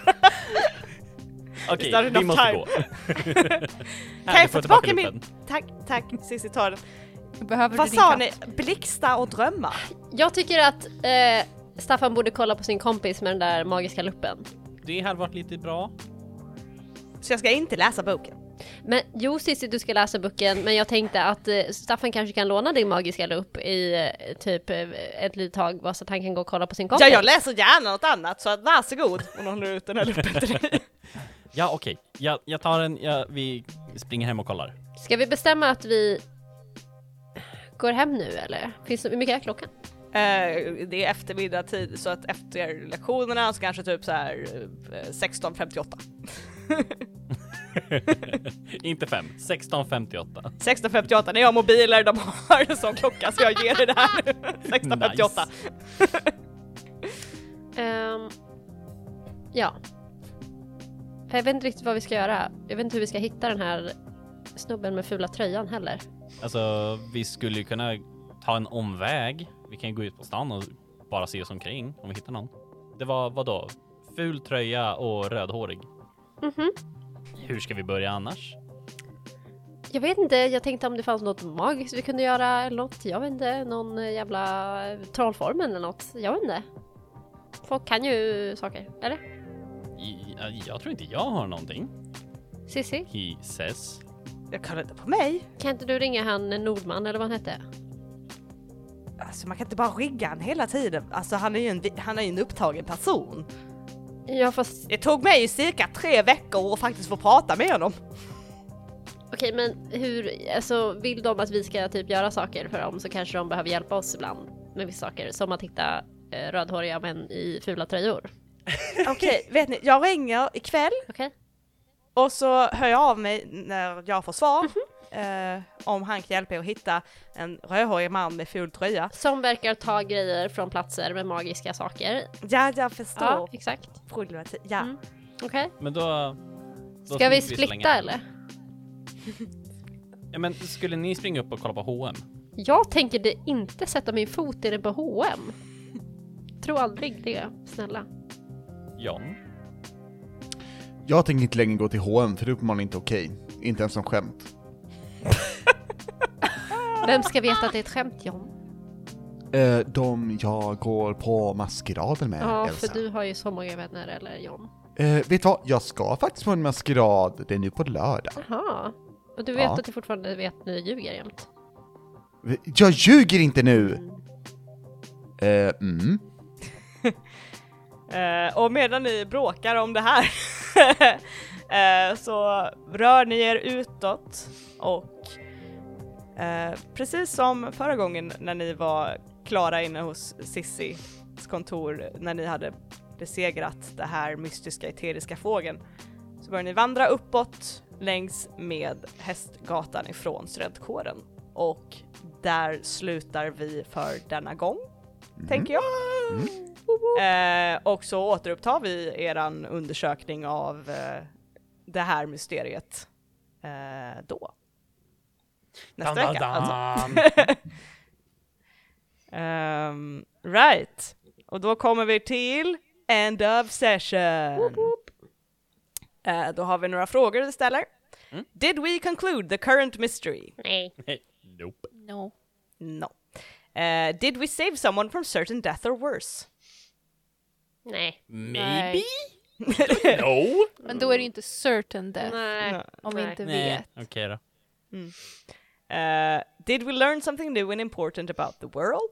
Okej, Is that vi enough måste time? gå. Kan Här, jag du få får tillbaka tillbaka min... luppen. Tack, tack, Cissi tar den. Behöver Vad du din sa katt? ni? Blixtar och drömmar? Jag tycker att eh, Staffan borde kolla på sin kompis med den där magiska luppen. Det hade varit lite bra. Så jag ska inte läsa boken. Men jo Cissi, du ska läsa boken, men jag tänkte att eh, Staffan kanske kan låna din magiska lupp i eh, typ eh, ett litet tag bara så att han kan gå och kolla på sin kompis. Ja, jag läser gärna något annat, så att varsågod om någon håller ut den här luppen till dig. Ja, okej. Jag, jag tar en, jag, vi springer hem och kollar. Ska vi bestämma att vi går hem nu eller? Finns det, hur mycket är klockan? Eh, det är eftermiddag tid, så att efter lektionerna så kanske typ så här eh, sexton femtioåtta. Inte fem, sexton femtioåtta. sexton femtioåtta, när jag har mobiler, de har en sån klocka så jag ger det här nu. sexton femtioåtta. Ehm, ja. För jag vet inte riktigt vad vi ska göra. Jag vet inte hur vi ska hitta den här snubben med fula tröjan heller. Alltså, vi skulle ju kunna ta en omväg. Vi kan ju gå ut på stan och bara se oss omkring om vi hittar någon. Det var, vad då? Ful tröja och rödhårig. Mhm. Hur ska vi börja annars? Jag vet inte, jag tänkte om det fanns något magiskt vi kunde göra eller något. Jag vet inte, någon eh, jävla trollform eller något. Jag vet inte. Folk kan ju saker, eller? I, jag tror inte jag har någonting. Sissi, He says. Jag kollar inte på mig. kan inte du ringa han Nordman eller vad han hette? Alltså man kan inte bara rigga han hela tiden. Alltså han är ju en, han är ju en upptagen person. Ja fast, Det tog mig ju cirka tre veckor att faktiskt få prata med honom. okej men hur, alltså vill de att vi ska typ göra saker för dem så kanske de behöver hjälpa oss ibland med vissa saker. Som att hitta eh, rödhåriga män i fula tröjor. Okej, vet ni, jag ringer ikväll Okej? och så hör jag av mig när jag får svar. eh, om han kan hjälpa er att hitta en rödhårig man med ful tröja. Som verkar ta grejer från platser med magiska saker. Ja, jag förstår. Ja, exakt. Problematik. Ja. Mm. Okej. Men då... då Ska vi smyger så splitta länge. eller? Ja, men skulle ni springa upp och kolla på H och M? Jag tänker det inte sätta min fot i det på H och M. Tro aldrig det, snälla. John? Jag tänker inte längre gå till H och M för det är uppenbarligen inte okej. Inte ens som skämt. Vem ska veta att det är ett skämt, John? Eh, de jag går på maskeraden med, Ja, Elsa. för du har ju så många vänner, eller John? Eh, vet du vad? Jag ska faktiskt på en maskerad. Det är nu på lördag. Jaha. Och du vet Ja. att du fortfarande vet att ni ljuger jämt? Jag ljuger inte nu! Eh, mm. Eh, och medan ni bråkar om det här eh, så rör ni er utåt och eh, precis som förra gången när ni var klara inne hos Sissis kontor när ni hade besegrat det här mystiska eteriska fågeln så börjar ni vandra uppåt längs med hästgatan ifrån studentkåren. och där slutar vi för denna gång, mm. tänker jag. Mm. Eh, och så återupptar vi eran undersökning av eh, det här mysteriet eh, då. Nästa dun, vecka, dun, dun. alltså. um, right. Och då kommer vi till end of session. Woop, woop. Uh, då har vi några frågor vi ställer. Mm. Did we conclude the current mystery? Nej. Nope. No. No. Uh, did we save someone from certain death or worse? Nej. Maybe? No? Men då är det ju inte certain death. Nej. Om vi Nej. inte Nej, vet. okej då. Mm. Uh, did we learn something new and important about the world?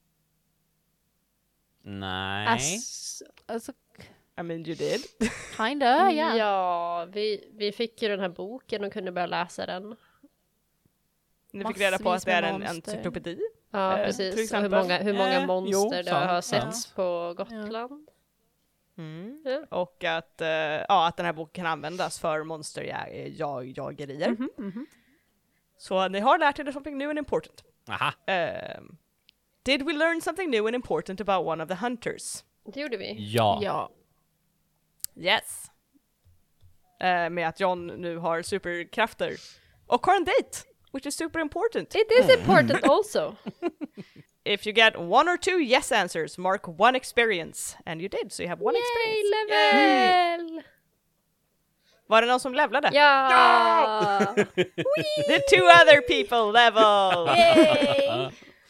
Nej. Alltså, alltså I mean, you did. kinda, ja. Ja, vi, vi fick ju den här boken och kunde börja läsa den. Ni fick reda på att Massvis det är med en monster. encyklopedi. Ja, Eh, till precis. Och hur exempel. många, hur många Eh, monster jo, det har sant, setts sant. på Gotland. Mm. Ja. Och att, uh, ja, att den här boken kan användas för monsterjagerier. Mhm, mhm. Så ni har lärt er something new and important. Aha. Um, did we learn something new and important about one of the hunters? Det gjorde vi. Ja. Ja. Yes. Uh, med att John nu har superkrafter. Och har en date, which is super important. It is important also. If you get one or two yes answers, mark one experience. And you did, so you have one Yay, experience. level! Var det någon som levlade? Ja! The two other people level! Yay!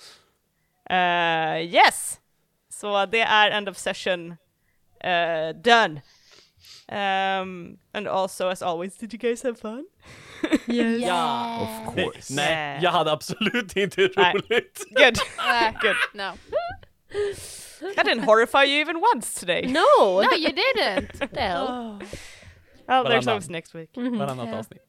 Uh, yes! Så det är end of session uh, done. Um, and also, as always, did you guys have fun? Yes. Ja. Of Nej, course. nej, jag hade absolut inte Nej. roligt. Good. Nej, Good. no. That didn't horrify you even once today. No! No, you didn't. The hell? Oh, there's Varannan. always next week. Varannat Ja. avsnitt.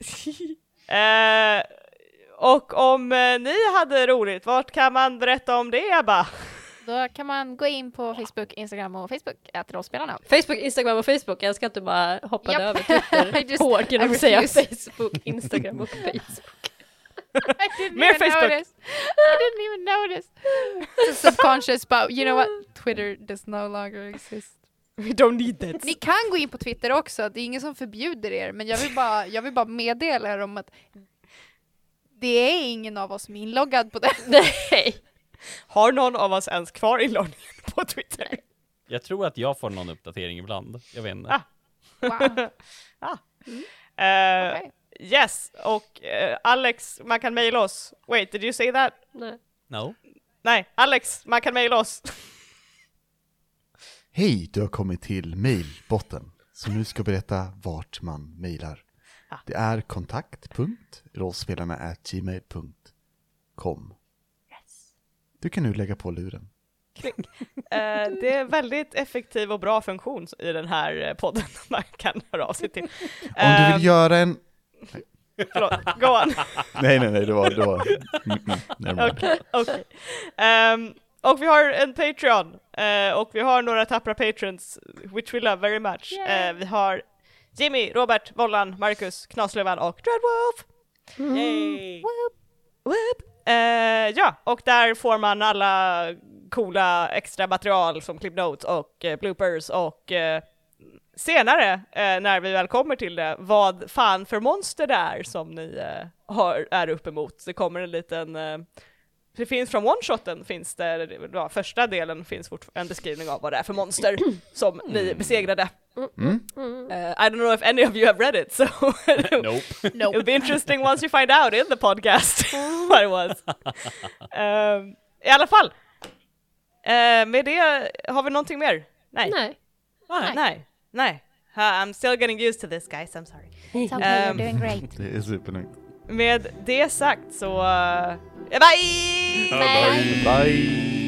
Eh, och om eh, ni hade roligt, vart kan man berätta om det, Ebba? Då kan man gå in på Facebook, Instagram och Facebook, att rollspelarna. Facebook, Instagram och Facebook. Jag ska inte bara hoppa Japp. över Twitter I just- hårt genom I att säga refuse. Facebook, Instagram och Facebook. I didn't Mer even Facebook. notice. I didn't even notice. It's a subconscious, but you know what? Twitter does no longer exist. We don't need that. Ni kan gå in på Twitter också, det är ingen som förbjuder er, men jag vill bara, jag vill bara meddela er om att det är ingen av oss som är inloggad på det. Nej. Har någon av oss ens kvar inloggningen på Twitter? Jag tror att jag får någon uppdatering ibland. Jag vet inte. Ah. Wow. Eh, Okay. Yes, och eh, Alex, man kan mejla oss. Wait, did you say that? Nej. No. Nej, Alex, man kan mejla oss. Hej, du har kommit till mailbotten. Så nu ska jag berätta vart man mejlar. Ah. Det är kontakt punkt rollspelarna at gmail punkt com. Yes. Du kan nu lägga på luren. Eh, det är väldigt effektiv och bra funktion i den här eh, podden man kan höra av sig till. Om du Ehm, vill göra en... Förlåt, go on. Nej, nej, nej, det var... Det var... Mm, mm, never mind. Okej, okej. Ehm, och vi har en Patreon, eh, och vi har några tappra patrons, which we love very much. Yay. Eh, vi har Jimmy, Robert, Vollan, Marcus, Knaslövan och Dreadwolf. Yay! Whoop. Eh, ja, och där får man alla coola extra material som clip notes och eh, bloopers och eh, senare, eh, när vi väl kommer till det, vad fan för monster det är som ni eh, har, är uppemot. Det kommer en liten... Eh, det finns från one-shoten, finns det, ja, första delen finns fort, en beskrivning av vad det är för monster som ni besegrade. Mm. Uh, I don't know if any of you have read it, so Nope. it'll be interesting once you find out in the podcast what it was. Um, I alla fall, uh, med det, har vi någonting mer? Nej. Nej. Nej. Nej. Nej. Uh, I'm still getting used to this, guys, I'm sorry. It's okay, Um, you're doing great. Det är supernöjt. Med det sagt så... Uh, bye! Bye. Bye!